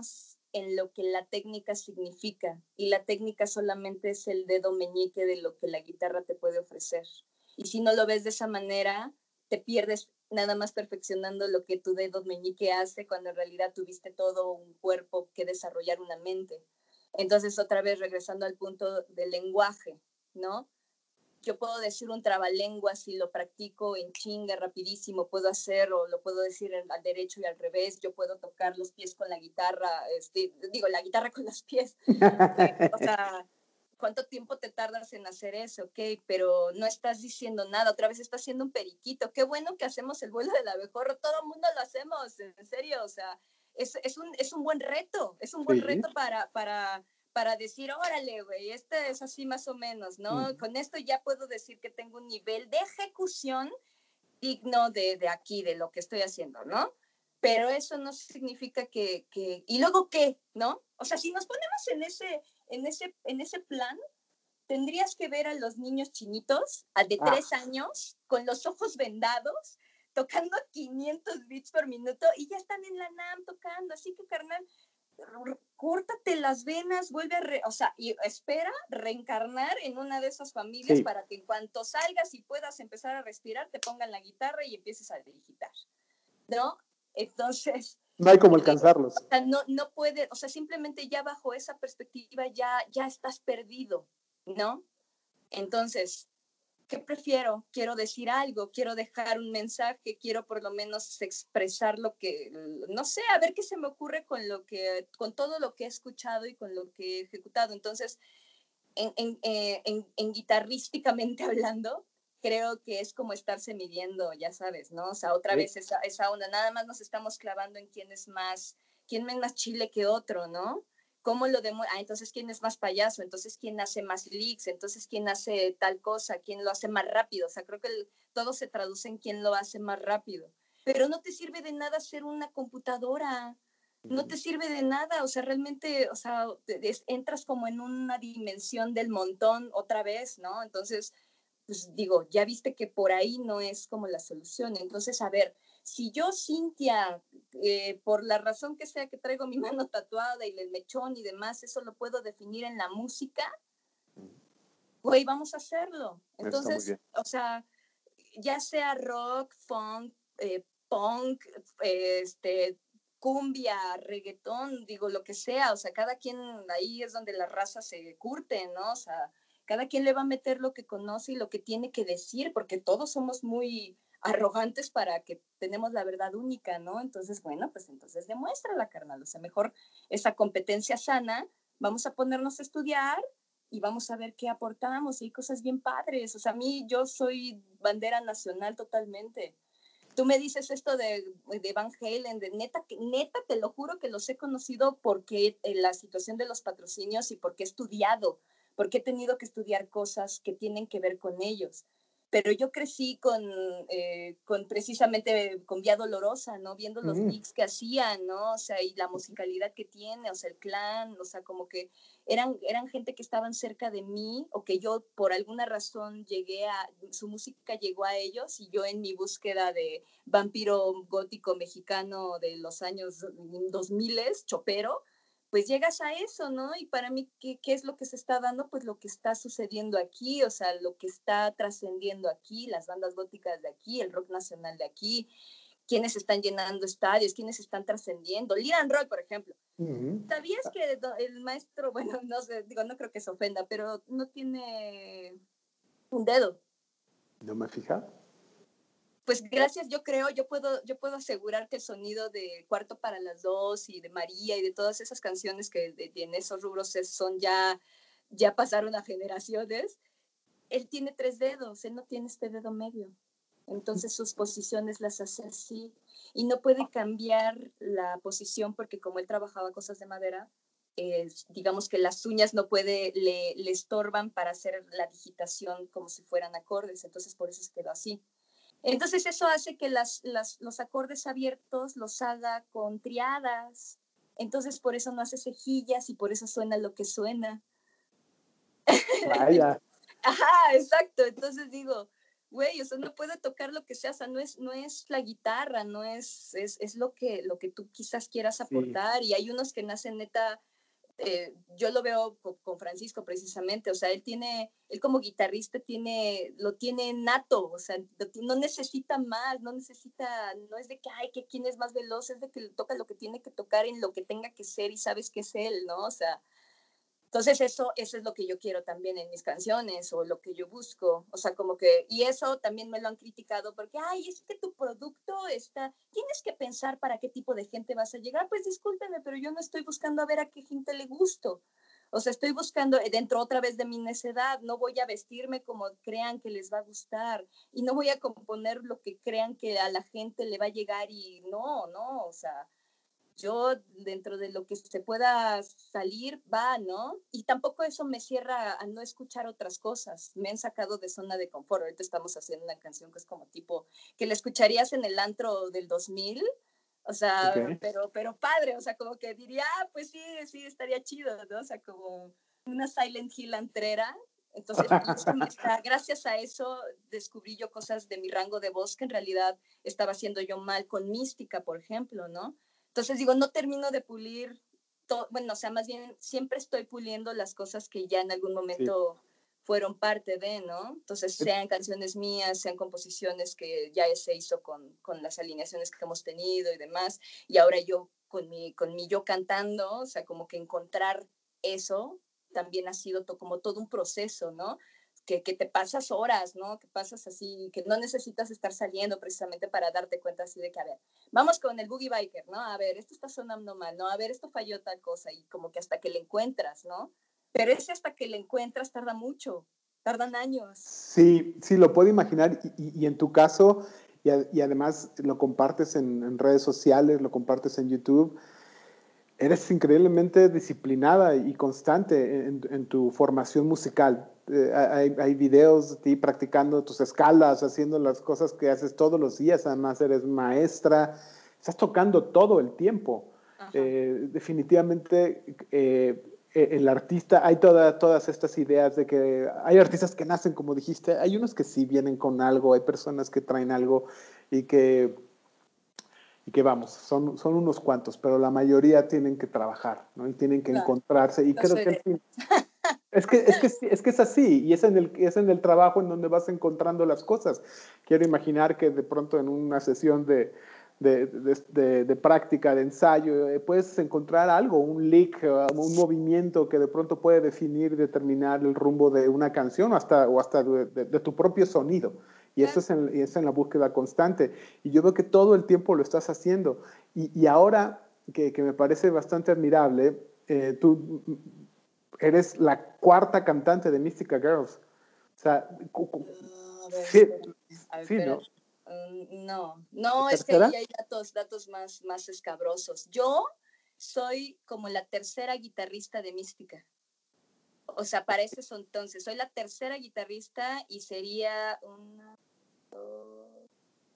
[SPEAKER 3] en lo que la técnica significa, y la técnica solamente es el dedo meñique de lo que la guitarra te puede ofrecer. Y si no lo ves de esa manera, te pierdes nada más perfeccionando lo que tu dedo meñique hace, cuando en realidad tuviste todo un cuerpo que desarrollar, una mente. Entonces, otra vez regresando al punto del lenguaje, ¿no? Yo puedo decir un trabalenguas si lo practico en chinga, rapidísimo, puedo hacer, o lo puedo decir al derecho y al revés. Yo puedo tocar los pies con la guitarra, la guitarra con los pies. O sea, ¿cuánto tiempo te tardas en hacer eso? Ok, pero no estás diciendo nada, otra vez estás haciendo un periquito. Qué bueno que hacemos el vuelo del abejorro, todo el mundo lo hacemos, en serio, o sea, es un buen reto, es un buen reto para decir, órale, güey, este es así más o menos, ¿no? Con esto ya puedo decir que tengo un nivel de ejecución digno de aquí, de lo que estoy haciendo, ¿no? Pero eso no significa ¿y luego qué? ¿No? O sea, si nos ponemos en ese plan, tendrías que ver a los niños chinitos, de 3 años, con los ojos vendados, tocando 500 beats por minuto, y ya están en la NAM tocando. Así que, carnal, córtate las venas, vuelve o sea, y espera reencarnar en una de esas familias para que en cuanto salgas y puedas empezar a respirar, te pongan la guitarra y empieces a digitar, ¿no? Entonces...
[SPEAKER 4] No hay como alcanzarlos.
[SPEAKER 3] O sea, no puede, o sea, simplemente ya bajo esa perspectiva ya estás perdido, ¿no? Entonces, ¿qué prefiero? Quiero decir algo, quiero dejar un mensaje, quiero por lo menos expresar lo que, no sé, a ver qué se me ocurre con todo lo que he escuchado y con lo que he ejecutado. Entonces, en guitarrísticamente hablando, creo que es como estarse midiendo, ya sabes, ¿no? O sea, otra vez esa onda, nada más nos estamos clavando en quién es más chile que otro, ¿no? ¿Cómo lo demuestra? Entonces, ¿quién es más payaso? Entonces, ¿quién hace más leaks? Entonces, ¿quién hace tal cosa? ¿Quién lo hace más rápido? O sea, creo que todo se traduce en quién lo hace más rápido. Pero no te sirve de nada ser una computadora. No te sirve de nada, o sea, realmente, o sea, entras como en una dimensión del montón otra vez, ¿no? Entonces, pues digo, ya viste que por ahí no es como la solución. Entonces, a ver, si yo, Cintia, por la razón que sea que traigo mi mano tatuada y el mechón y demás, eso lo puedo definir en la música, güey, vamos a hacerlo. Entonces, o sea, ya sea rock, funk, punk, cumbia, reggaetón, digo, lo que sea, o sea, cada quien, ahí es donde la raza se curte, ¿no? O sea, cada quien le va a meter lo que conoce y lo que tiene que decir, porque todos somos muy arrogantes para que tenemos la verdad única, ¿no? Entonces, bueno, pues entonces demuéstrala, carnal, o sea, mejor esa competencia sana, vamos a ponernos a estudiar y vamos a ver qué aportamos, y hay cosas bien padres, o sea, yo soy bandera nacional totalmente. Tú me dices esto de Van Halen, de neta, te lo juro que los he conocido porque la situación de los patrocinios y porque he estudiado, porque he tenido que estudiar cosas que tienen que ver con ellos. Pero yo crecí con precisamente con Vía Dolorosa, ¿no? Viendo los gigs que hacían, ¿no? O sea, y la musicalidad que tiene, o sea, el Clan, o sea, como que eran gente que estaban cerca de mí, o que yo por alguna razón su música llegó a ellos, y yo en mi búsqueda de vampiro gótico mexicano de los años 2000, chopero, pues llegas a eso, ¿no? Y para mí, ¿qué es lo que se está dando? Pues lo que está sucediendo aquí, o sea, lo que está trascendiendo aquí, las bandas góticas de aquí, el rock nacional de aquí, quienes están llenando estadios, quienes están trascendiendo. Liran Roy, por ejemplo. ¿Sabías que el maestro, bueno, no sé, digo, no creo que se ofenda, pero no tiene un dedo?
[SPEAKER 4] ¿No me fija?
[SPEAKER 3] Pues gracias, yo creo, yo puedo asegurar que el sonido de Cuarto para las Dos y de María y de todas esas canciones que en esos rubros son ya pasaron a generaciones, él tiene 3 dedos, él no tiene este dedo medio. Entonces sus posiciones las hace así y no puede cambiar la posición porque como él trabajaba cosas de madera, digamos que las uñas no le estorban para hacer la digitación como si fueran acordes, entonces por eso se quedó así. Entonces eso hace que los acordes abiertos los haga con triadas, entonces por eso no hace cejillas y por eso suena lo que suena.
[SPEAKER 4] Vaya.
[SPEAKER 3] Ajá, exacto, entonces digo, güey, o sea, no puede tocar lo que sea, o sea, no es la guitarra, no es, es lo que tú quizás quieras
[SPEAKER 4] Sí.
[SPEAKER 3] aportar, y hay unos que nacen neta, yo lo veo con Francisco precisamente, o sea, él como guitarrista lo tiene nato, o sea, no necesita más, no es de que, ay, que quién es más veloz, es de que toca lo que tiene que tocar en lo que tenga que ser y sabes que es él, ¿no? O sea, entonces eso es lo que yo quiero también en mis canciones o lo que yo busco, o sea, como que, y eso también me lo han criticado porque, ay, es que tu producto tienes que pensar para qué tipo de gente vas a llegar, pues discúlpeme, pero yo no estoy buscando a ver a qué gente le gusto, o sea, estoy buscando dentro otra vez de mi necedad, no voy a vestirme como crean que les va a gustar y no voy a componer lo que crean que a la gente le va a llegar y no, o sea, yo dentro de lo que se pueda salir, va, ¿no? Y tampoco eso me cierra a no escuchar otras cosas. Me han sacado de zona de confort. Ahorita estamos haciendo una canción que es como tipo, que la escucharías en el antro del 2000, o sea,
[SPEAKER 4] Ok.
[SPEAKER 3] pero padre, o sea, como que diría, pues sí, estaría chido, ¿no? O sea, como una Silent Hill antrera. Entonces, gracias a eso descubrí yo cosas de mi rango de voz que en realidad estaba haciendo yo mal con Mística, por ejemplo, ¿no? Entonces digo, no termino de pulir, bueno, o sea, más bien siempre estoy puliendo las cosas que ya en algún
[SPEAKER 4] Sí.
[SPEAKER 3] momento fueron parte de, ¿no? Entonces, sean canciones mías, sean composiciones que ya se hizo con las alineaciones que hemos tenido y demás, y ahora yo con mi yo cantando, o sea, como que encontrar eso también ha sido como todo un proceso, ¿no? Que te pasas horas, ¿no? Que pasas así, que no necesitas estar saliendo precisamente para darte cuenta así de que, a ver, vamos con el Boogie Biker, ¿no? A ver, esto está sonando mal, ¿no? A ver, esto falló tal cosa, y como que hasta que le encuentras, ¿no? Pero ese hasta que le encuentras tarda mucho, tardan años.
[SPEAKER 4] Sí, sí, lo puedo imaginar. Y en tu caso, y además lo compartes en redes sociales, lo compartes en YouTube, eres increíblemente disciplinada y constante en tu formación musical. Hay videos de ti practicando tus escalas, haciendo las cosas que haces todos los días. Además, eres maestra, estás tocando todo el tiempo. Definitivamente, el artista, hay todas estas ideas de que hay artistas que nacen, como dijiste, hay unos que sí vienen con algo, hay personas que traen algo y que vamos, son unos cuantos, pero la mayoría tienen que trabajar, ¿no? Y tienen que
[SPEAKER 3] Claro,
[SPEAKER 4] encontrarse. Y
[SPEAKER 3] no
[SPEAKER 4] creo
[SPEAKER 3] soy
[SPEAKER 4] que
[SPEAKER 3] de...
[SPEAKER 4] es que es así, y es en el trabajo en donde vas encontrando las cosas. Quiero imaginar que de pronto en una sesión de práctica, de ensayo, puedes encontrar algo, un lick, un movimiento que de pronto puede definir, determinar el rumbo de una canción o hasta de tu propio sonido. Y eso
[SPEAKER 3] Claro.
[SPEAKER 4] es en la búsqueda constante. Y yo veo que todo el tiempo lo estás haciendo. Y ahora, que me parece bastante admirable, tú eres la cuarta cantante de Mystica Girls. O sea,
[SPEAKER 3] A ver,
[SPEAKER 4] sí,
[SPEAKER 3] espérame. A ver,
[SPEAKER 4] sí, ¿no?
[SPEAKER 3] espérame. No, es que
[SPEAKER 4] ¿Tercera?
[SPEAKER 3] ahí hay datos más escabrosos. Yo soy como la tercera guitarrista de Mística. O sea, para ese entonces, soy la tercera guitarrista y sería una, dos,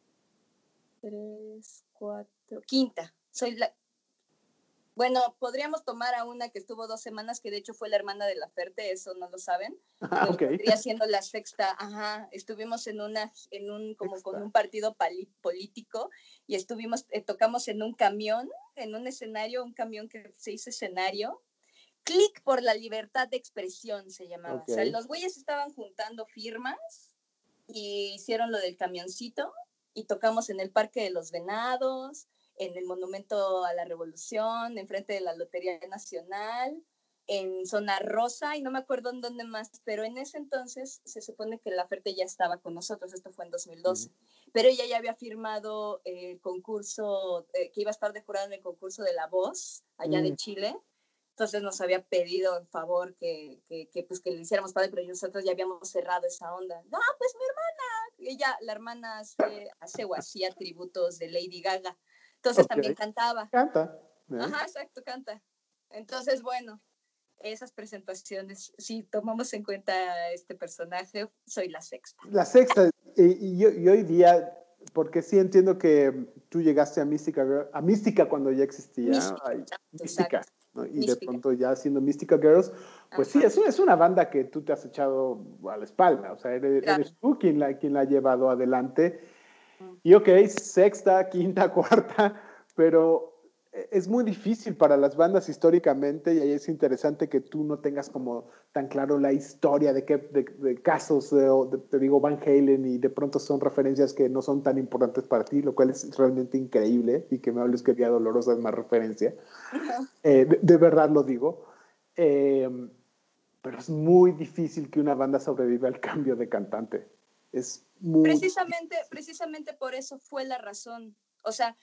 [SPEAKER 3] tres, cuatro, quinta. Bueno, podríamos tomar a una que estuvo 2 semanas, que de hecho fue la hermana de la Ferte, eso no lo saben.
[SPEAKER 4] Ah, ok.
[SPEAKER 3] Vendría siendo la sexta, ajá, estuvimos como con un partido político y tocamos en un camión, en un escenario, un camión que se hizo escenario. Clic por la libertad de expresión se llamaba.
[SPEAKER 4] Ok.
[SPEAKER 3] O sea, los güeyes estaban juntando firmas y hicieron lo del camioncito y tocamos en el Parque de los Venados, en el Monumento a la Revolución, enfrente de la Lotería Nacional, en Zona Rosa y no me acuerdo en dónde más, pero en ese entonces se supone que la Ferte ya estaba con nosotros, esto fue en 2012, pero ella ya había firmado el concurso, que iba a estar de jurado en el concurso de La Voz, allá de Chile. Entonces nos había pedido en favor pues, que le hiciéramos padre, pero nosotros ya habíamos cerrado esa onda. No, pues mi hermana, la hermana hace o hacía tributos de Lady Gaga. Entonces también
[SPEAKER 4] Ok.
[SPEAKER 3] cantaba.
[SPEAKER 4] Canta.
[SPEAKER 3] Ajá, exacto, canta. Entonces, bueno, esas presentaciones, si tomamos en cuenta este personaje, soy la sexta.
[SPEAKER 4] La sexta, y hoy día, porque sí entiendo que tú llegaste a Mística cuando ya existía.
[SPEAKER 3] Mística,
[SPEAKER 4] Ay, Mística.
[SPEAKER 3] exacto.
[SPEAKER 4] ¿no? Y de
[SPEAKER 3] Mística.
[SPEAKER 4] pronto ya siendo Mystica Girls, pues sí,
[SPEAKER 3] Ajá.
[SPEAKER 4] eso es una banda que tú te has echado a la espalda, o sea, eres,
[SPEAKER 3] Claro.
[SPEAKER 4] eres tú quien la ha llevado adelante.
[SPEAKER 3] Mm.
[SPEAKER 4] Y ok, sexta, quinta, cuarta, pero es muy difícil para las bandas históricamente y ahí es interesante que tú no tengas como tan claro la historia de casos, te digo Van Halen y de pronto son referencias que no son tan importantes para ti, lo cual es realmente increíble y que me hables que Vía Dolorosa es más referencia. De verdad lo digo. Eh, pero es muy difícil que una banda sobreviva al cambio de cantante. Es muy
[SPEAKER 3] Precisamente por eso fue la razón. O sea,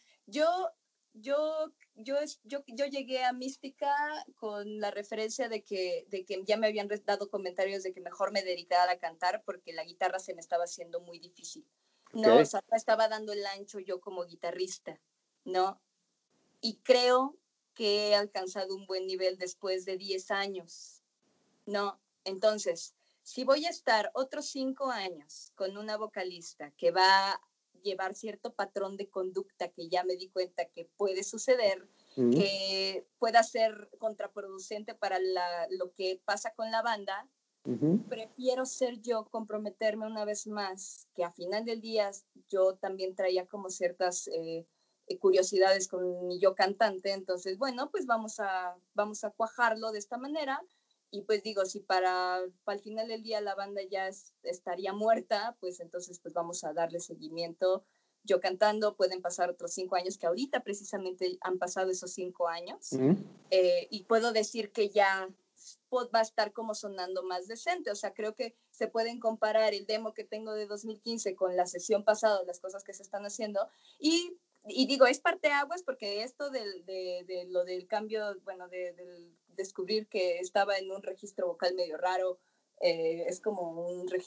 [SPEAKER 3] yo llegué a Mística con la referencia de que ya me habían dado comentarios de que mejor me dedicara a cantar porque la guitarra se me estaba haciendo muy difícil. ¿No?
[SPEAKER 4] okay.
[SPEAKER 3] O sea, no estaba dando el ancho yo como guitarrista, ¿no? Y creo que he alcanzado un buen nivel después de 10 años, ¿no? Entonces, si voy a estar otros 5 años con una vocalista que va a llevar cierto patrón de conducta que ya me di cuenta que puede suceder, que pueda ser contraproducente para lo que pasa con la banda, prefiero ser yo, comprometerme una vez más, que a final del día yo también traía como ciertas curiosidades con mi yo cantante, entonces, bueno, pues vamos a cuajarlo de esta manera. Y pues digo, si para el final del día la banda ya estaría muerta, pues entonces pues vamos a darle seguimiento. Yo cantando, pueden pasar otros 5 años, que ahorita precisamente han pasado esos 5 años, y puedo decir que ya va a estar como sonando más decente. O sea, creo que se pueden comparar el demo que tengo de 2015 con la sesión pasada, las cosas que se están haciendo, y digo, es parteaguas porque esto de lo del cambio, bueno, del descubrir que estaba en un registro vocal medio raro, es como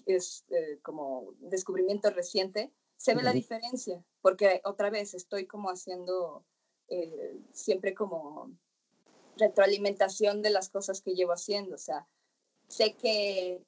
[SPEAKER 3] como descubrimiento reciente. Se ve la diferencia, porque otra vez estoy como haciendo siempre como retroalimentación de las cosas que llevo haciendo. O sea, sé que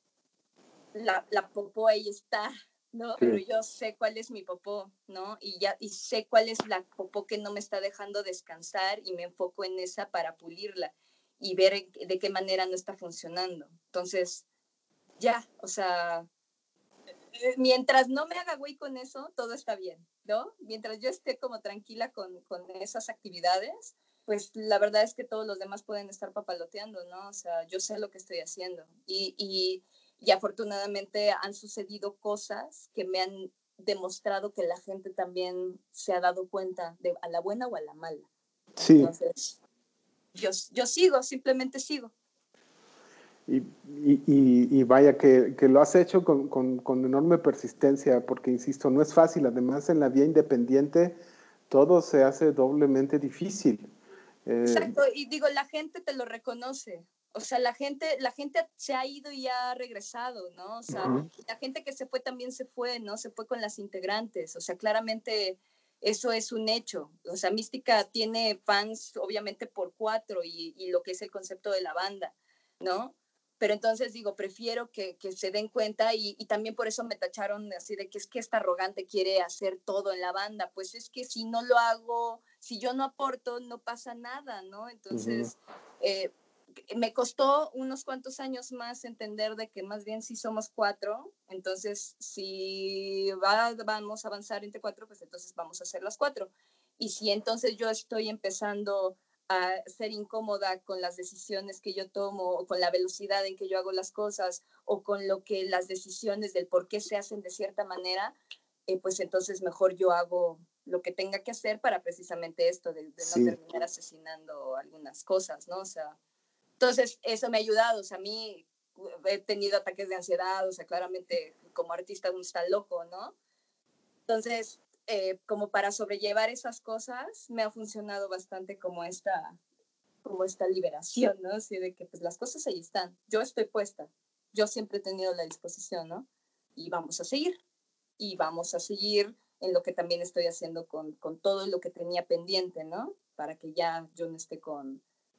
[SPEAKER 3] la popó ahí está, ¿no?
[SPEAKER 4] Sí.
[SPEAKER 3] Pero yo sé cuál es mi popó, ¿no? Y sé cuál es la popó que no me está dejando descansar y me enfoco en esa para pulirla y ver de qué manera no está funcionando. Entonces, ya, o sea, mientras no me haga güey con eso, todo está bien, ¿no? Mientras yo esté como tranquila con esas actividades, pues la verdad es que todos los demás pueden estar papaloteando, ¿no? O sea, yo sé lo que estoy haciendo y afortunadamente han sucedido cosas que me han demostrado que la gente también se ha dado cuenta de a la buena o a la mala.
[SPEAKER 4] Sí.
[SPEAKER 3] Entonces, yo sigo, simplemente sigo.
[SPEAKER 4] Y vaya que lo has hecho con enorme persistencia, porque insisto, no es fácil. Además, en la vía independiente todo se hace doblemente difícil.
[SPEAKER 3] Exacto, y digo, la gente te lo reconoce. O sea, la gente se ha ido y ha regresado, ¿no? O sea, la gente que se fue también se fue, ¿no? Se fue con las integrantes. O sea, claramente eso es un hecho. O sea, Mística tiene fans, obviamente, por 4 y lo que es el concepto de la banda, ¿no? Pero entonces digo, prefiero que se den cuenta y también por eso me tacharon así de que es que esta arrogante quiere hacer todo en la banda. Pues es que si no lo hago, si yo no aporto, no pasa nada, ¿no? Entonces, me costó unos cuantos años más entender de que más bien si somos 4, entonces si vamos a avanzar entre 4, pues entonces vamos a hacer las 4. Y si entonces yo estoy empezando a ser incómoda con las decisiones que yo tomo o con la velocidad en que yo hago las cosas o con lo que las decisiones del por qué se hacen de cierta manera, pues entonces mejor yo hago lo que tenga que hacer para precisamente esto de no terminar asesinando algunas cosas, ¿no? O sea, entonces eso me ha ayudado. O sea, a mí he tenido ataques de ansiedad, o sea, claramente como artista uno está loco, ¿no? Entonces, como para sobrellevar esas cosas, me ha funcionado bastante como esta liberación, ¿no? Así de que pues las cosas ahí están, yo estoy puesta, yo siempre he tenido la disposición, ¿no? Y vamos a seguir en lo que también estoy haciendo con todo lo que tenía pendiente, ¿no? Para que ya yo no esté con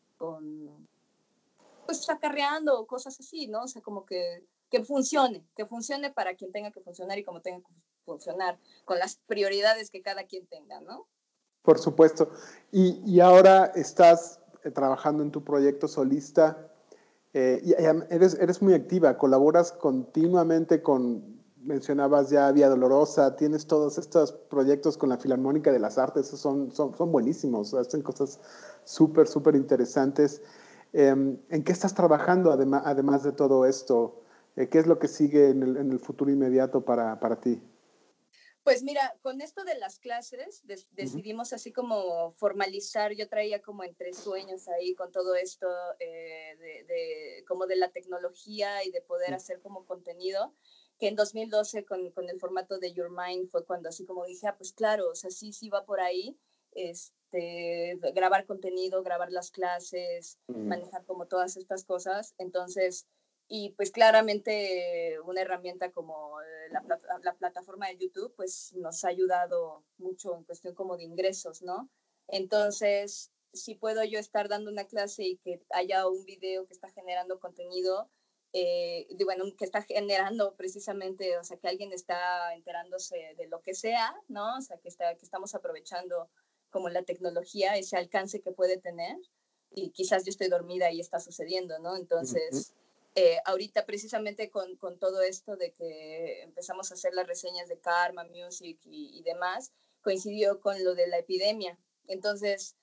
[SPEAKER 3] pues acarreando o cosas así, ¿no? O sea, como que funcione para quien tenga que funcionar y como tenga que funcionar, con las prioridades que cada quien tenga, ¿no?
[SPEAKER 4] Por supuesto. Y ahora estás trabajando en tu proyecto solista. Eres muy activa, colaboras continuamente mencionabas ya Vía Dolorosa, tienes todos estos proyectos con la Filarmónica de las Artes, son buenísimos, hacen cosas súper, súper interesantes. ¿En qué estás trabajando además de todo esto? ¿Qué es lo que sigue en el futuro inmediato para ti?
[SPEAKER 3] Pues mira, con esto de las clases decidimos así como formalizar, yo traía como entre sueños ahí con todo esto como de la tecnología y de poder hacer como contenido, que en 2012 con el formato de Your Mind fue cuando así como dije, pues claro, o sea, sí va por ahí, grabar contenido, grabar las clases, manejar como todas estas cosas, entonces... Y pues claramente una herramienta como la plataforma de YouTube pues nos ha ayudado mucho en cuestión como de ingresos, ¿no? Entonces, si puedo yo estar dando una clase y que haya un video que está generando contenido, que está generando precisamente, o sea, que alguien está enterándose de lo que sea, ¿no? O sea, que estamos aprovechando como la tecnología, ese alcance que puede tener, y quizás yo estoy dormida y está sucediendo, ¿no? Entonces... ahorita precisamente con todo esto de que empezamos a hacer las reseñas de Karma Music y demás, coincidió con lo de la epidemia. Entonces,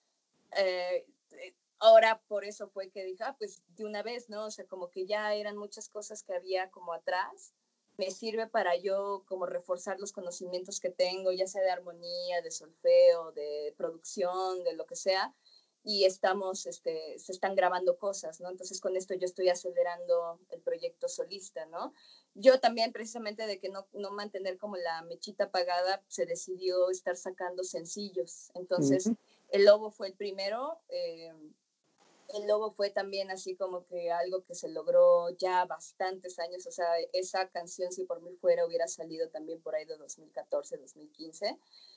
[SPEAKER 3] ahora por eso fue que dije, pues de una vez, ¿no? O sea, como que ya eran muchas cosas que había como atrás. Me sirve para yo como reforzar los conocimientos que tengo, ya sea de armonía, de solfeo, de producción, de lo que sea, y se están grabando cosas, ¿no? Entonces con esto yo estoy acelerando el proyecto solista, ¿no? Yo también precisamente de que no mantener como la mechita apagada, se decidió estar sacando sencillos. Entonces El Lobo fue el primero, El Lobo fue también así como que algo que se logró ya bastantes años, o sea, esa canción si por mí fuera hubiera salido también por ahí de 2014, 2015.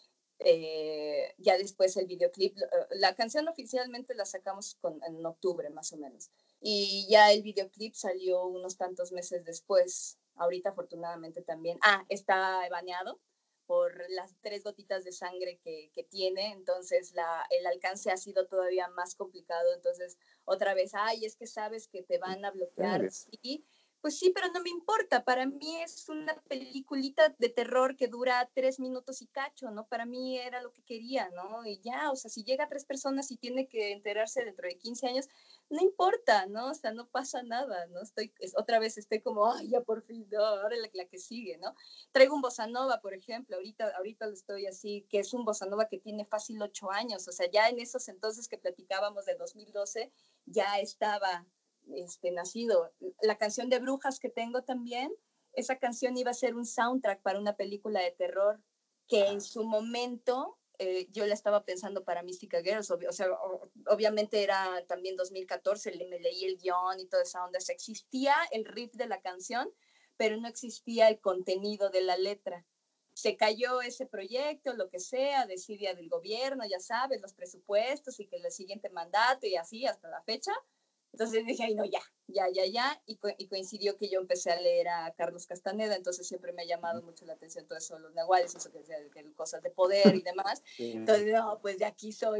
[SPEAKER 3] Ya después el videoclip, la canción oficialmente la sacamos en octubre más o menos, y ya el videoclip salió unos tantos meses después. Ahorita afortunadamente también, está baneado por las 3 gotitas de sangre que tiene, entonces el alcance ha sido todavía más complicado, entonces otra vez, es que sabes que te van a bloquear, sí, pues sí, pero no me importa. Para mí es una peliculita de terror que dura 3 minutos y cacho, ¿no? Para mí era lo que quería, ¿no? Y ya, o sea, si llega a 3 personas y tiene que enterarse dentro de 15 años, no importa, ¿no? O sea, no pasa nada, ¿no? Otra vez estoy como, ya por fin, no, ahora la que sigue, ¿no? Traigo un bossa nova, por ejemplo, ahorita lo estoy así, que es un bossa nova que tiene fácil 8 años, o sea, ya en esos entonces que platicábamos de 2012, ya estaba nacido. La canción de Brujas que tengo también, esa canción iba a ser un soundtrack para una película de terror que en su momento yo la estaba pensando para Mystica Girls, obviamente era también 2014, me leí el guión y toda esa onda, o sea, existía el riff de la canción, pero no existía el contenido de la letra. Se cayó ese proyecto, lo que sea, desidia del gobierno, ya sabes, los presupuestos y que el siguiente mandato y así hasta la fecha. Entonces dije, no, ya, y coincidió que yo empecé a leer a Carlos Castaneda, entonces siempre me ha llamado mucho la atención todo eso, los nahuales, eso que cosas de poder y demás. Entonces, no, pues de aquí soy,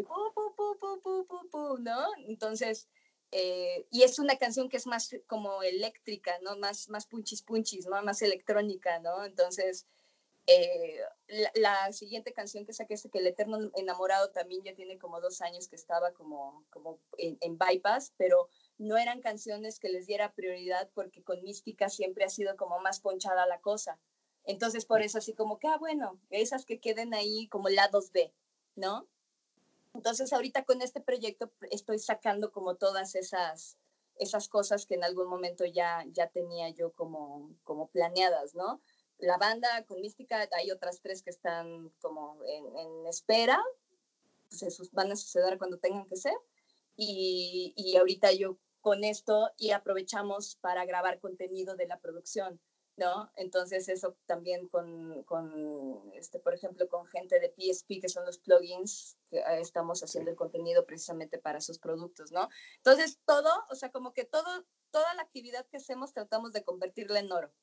[SPEAKER 3] ¿no? Entonces, y es una canción que es más como eléctrica, ¿no? Más punchis, ¿no? Más electrónica, ¿no? Entonces, la siguiente canción que saqué es que El Eterno Enamorado también ya tiene como 2 años que estaba como en bypass, pero no eran canciones que les diera prioridad porque con Mística siempre ha sido como más ponchada la cosa. Entonces por eso así como que, bueno, esas que queden ahí como lados B, ¿no? Entonces ahorita con este proyecto estoy sacando como todas esas cosas que en algún momento ya tenía yo como planeadas, ¿no? La banda con Mística, hay otras 3 que están como en espera, pues van a suceder cuando tengan que ser, y ahorita yo con esto y aprovechamos para grabar contenido de la producción, ¿no? Entonces eso también por ejemplo, con gente de PSP, que son los plugins, que estamos haciendo el contenido precisamente para sus productos, ¿no? Entonces todo, o sea, como que toda la actividad que hacemos tratamos de convertirla en oro.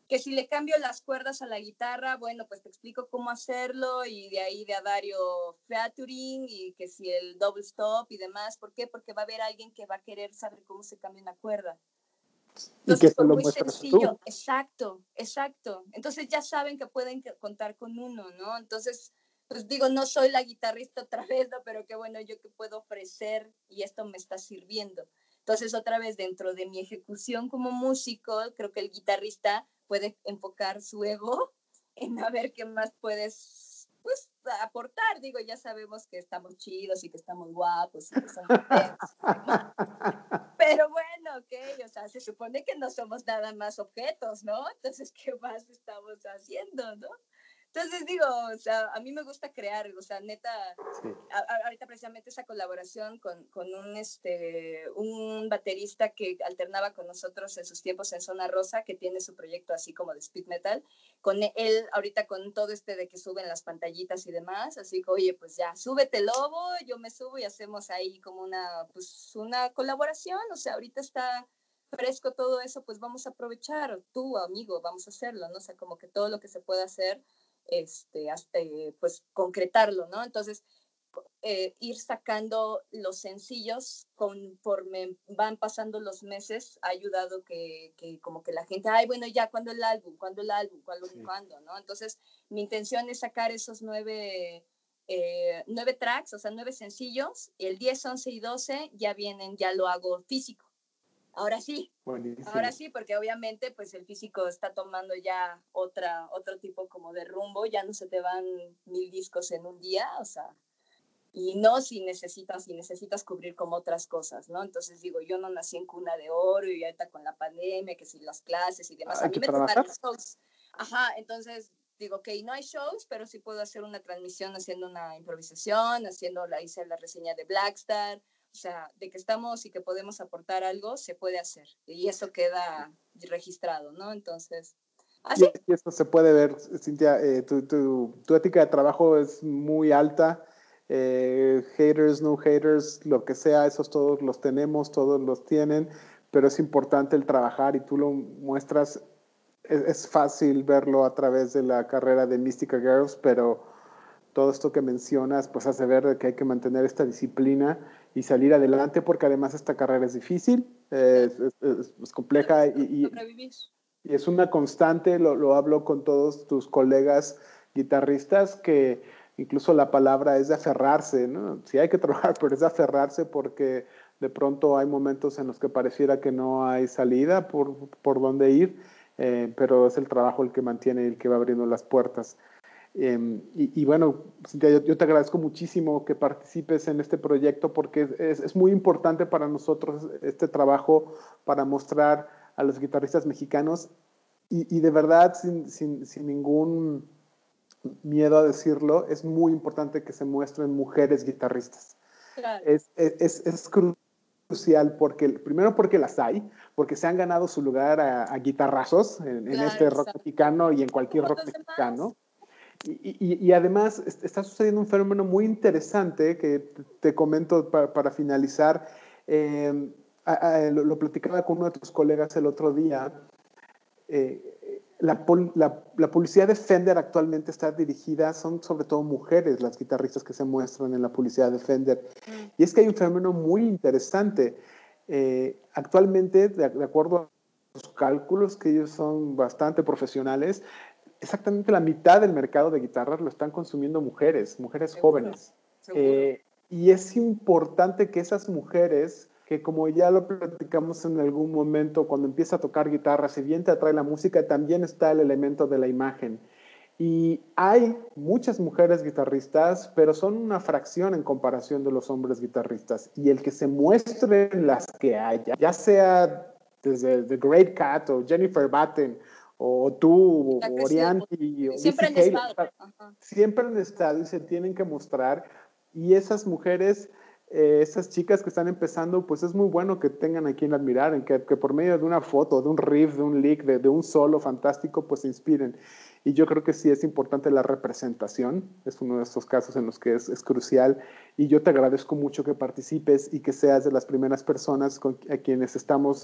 [SPEAKER 3] que si le cambio las cuerdas a la guitarra, bueno, pues te explico cómo hacerlo y de ahí de a Dario featuring y que si el double stop y demás. ¿Por qué? Porque va a haber alguien que va a querer saber cómo se cambia una cuerda.
[SPEAKER 4] Y que
[SPEAKER 3] Entonces
[SPEAKER 4] se
[SPEAKER 3] fue
[SPEAKER 4] lo
[SPEAKER 3] muy
[SPEAKER 4] muestras
[SPEAKER 3] sencillo,
[SPEAKER 4] tú.
[SPEAKER 3] exacto, exacto. Entonces ya saben que pueden contar con uno, ¿no? Entonces, pues digo, no soy la guitarrista otra vez, ¿no? Pero qué bueno yo que puedo ofrecer y esto me está sirviendo. Entonces, otra vez, dentro de mi ejecución como músico, creo que el guitarrista puede enfocar su ego en a ver qué más puedes, pues, aportar. Digo, ya sabemos que estamos chidos y que estamos guapos y que somos atentos y demás. Pero bueno, ok, o sea, se supone que no somos nada más objetos, ¿no? Entonces, ¿qué más estamos haciendo, no? Entonces digo, o sea, a mí me gusta crear, o sea, neta,
[SPEAKER 4] Sí.
[SPEAKER 3] ahorita precisamente esa colaboración con un baterista que alternaba con nosotros en sus tiempos en Zona Rosa, que tiene su proyecto así como de speed metal, con él ahorita con todo de que suben las pantallitas y demás, así que oye, pues ya, súbete Lobo, yo me subo y hacemos ahí como una colaboración, o sea, ahorita está fresco todo eso, pues vamos a aprovechar, tú amigo, vamos a hacerlo, ¿no? O sea, como que todo lo que se pueda hacer, pues concretarlo, ¿no? Entonces, ir sacando los sencillos conforme van pasando los meses ha ayudado que como que la gente, ay, bueno, ya, ¿cuándo el álbum? ¿Cuándo el álbum? ¿Cuándo? ¿No? Entonces, mi intención es sacar esos 9 tracks, o sea, 9 sencillos, y el 10, 11 y 12 ya vienen, ya lo hago físico. Ahora sí,
[SPEAKER 4] Buenísimo.
[SPEAKER 3] porque obviamente pues el físico está tomando ya otro tipo como de rumbo, ya no se te van 1000 discos en un día, o sea, y no si necesitas cubrir como otras cosas, ¿no? Entonces digo, yo no nací en cuna de oro y ahorita con la pandemia, que si las clases y demás, a
[SPEAKER 4] Hay
[SPEAKER 3] mí
[SPEAKER 4] que
[SPEAKER 3] me
[SPEAKER 4] trabajar.
[SPEAKER 3] tocaron shows. Ajá, entonces digo, ok, no hay shows, pero sí puedo hacer una transmisión haciendo una improvisación, hice la reseña de Blackstar, o sea, de que estamos y que podemos aportar algo, se puede hacer. Y eso queda registrado, ¿no? Entonces, así.
[SPEAKER 4] Y esto se puede ver, Cintia, tu ética de trabajo es muy alta. Haters, no haters, lo que sea, esos todos los tenemos, todos los tienen, pero es importante el trabajar y tú lo muestras. Es fácil verlo a través de la carrera de Mystica Girls, pero todo esto que mencionas pues hace ver que hay que mantener esta disciplina y salir adelante, porque además esta carrera es difícil, es compleja y es una constante. Lo hablo con todos tus colegas guitarristas, que incluso la palabra es de aferrarse, ¿no? Sí hay que trabajar, pero es de aferrarse, porque de pronto hay momentos en los que pareciera que no hay salida por dónde ir, pero es el trabajo el que mantiene, el que va abriendo las puertas. Y bueno, Cintia, yo te agradezco muchísimo que participes en este proyecto, porque es muy importante para nosotros este trabajo para mostrar a los guitarristas mexicanos y de verdad, sin ningún miedo a decirlo, es muy importante que se muestren mujeres guitarristas.
[SPEAKER 3] Claro.
[SPEAKER 4] Es crucial, primero porque las hay, porque se han ganado su lugar a guitarrazos en este rock mexicano y en cualquier rock mexicano. Y además está sucediendo un fenómeno muy interesante que te comento para finalizar. Lo platicaba con uno de tus colegas el otro día. La publicidad de Fender actualmente está dirigida, son sobre todo mujeres las guitarristas que se muestran en la publicidad de Fender. Y es que hay un fenómeno muy interesante. Actualmente, de acuerdo a los cálculos, que ellos son bastante profesionales, exactamente la mitad del mercado de guitarras lo están consumiendo mujeres jóvenes. Y es importante que esas mujeres, que como ya lo platicamos en algún momento, cuando empieza a tocar guitarra, si bien te atrae la música, también está el elemento de la imagen. Y hay muchas mujeres guitarristas, pero son una fracción en comparación de los hombres guitarristas. Y el que se muestren las que haya, ya sea desde The Great Cat o Jennifer Batten, o tú, o Orianti, o
[SPEAKER 3] siempre
[SPEAKER 4] Missy Hale, siempre han estado y se tienen que mostrar. Y esas mujeres, esas chicas que están empezando, pues es muy bueno que tengan a quien admirar, que por medio de una foto, de un riff, de un lick, de un solo fantástico, pues se inspiren. Y yo creo que sí es importante la representación, es uno de estos casos en los que es crucial. Y yo te agradezco mucho que participes y que seas de las primeras personas a quienes estamos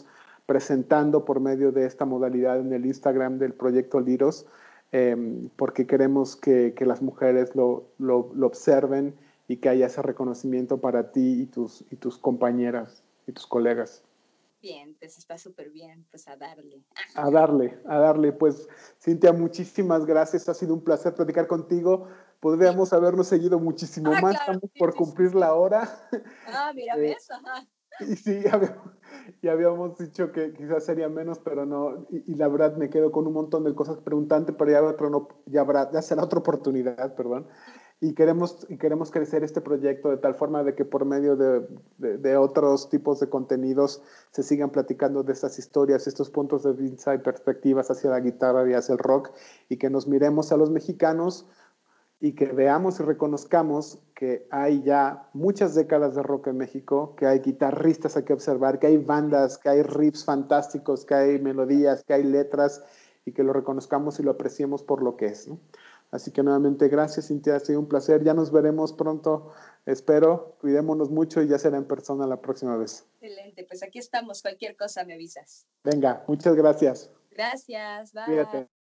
[SPEAKER 4] presentando por medio de esta modalidad en el Instagram del proyecto Liros, porque queremos que las mujeres lo observen y que haya ese reconocimiento para ti y tus compañeras y tus colegas.
[SPEAKER 3] Bien, pues está súper bien, pues a darle.
[SPEAKER 4] A darle. Pues, Cintia, muchísimas gracias. Ha sido un placer platicar contigo. Podríamos habernos seguido muchísimo más,
[SPEAKER 3] claro,
[SPEAKER 4] estamos por cumplir la hora.
[SPEAKER 3] Mira, ¿ves? Ajá.
[SPEAKER 4] Y sí, ya habíamos dicho que quizás sería menos, pero no. Y la verdad me quedo con un montón de cosas preguntando, pero ya será otra oportunidad, perdón. Y queremos crecer este proyecto de tal forma de que por medio de otros tipos de contenidos se sigan platicando de estas historias, estos puntos de vista y perspectivas hacia la guitarra y hacia el rock, y que nos miremos a los mexicanos y que veamos y reconozcamos que hay ya muchas décadas de rock en México, que hay guitarristas a que observar, que hay bandas, que hay riffs fantásticos, que hay melodías, que hay letras, y que lo reconozcamos y lo apreciemos por lo que es, ¿no? Así que nuevamente gracias, Cintia, ha sido un placer. Ya nos veremos pronto, espero. Cuidémonos mucho y ya será en persona la próxima vez.
[SPEAKER 3] Excelente, pues aquí estamos. Cualquier cosa me avisas.
[SPEAKER 4] Venga, muchas gracias.
[SPEAKER 3] Gracias, bye.
[SPEAKER 4] Cuídate.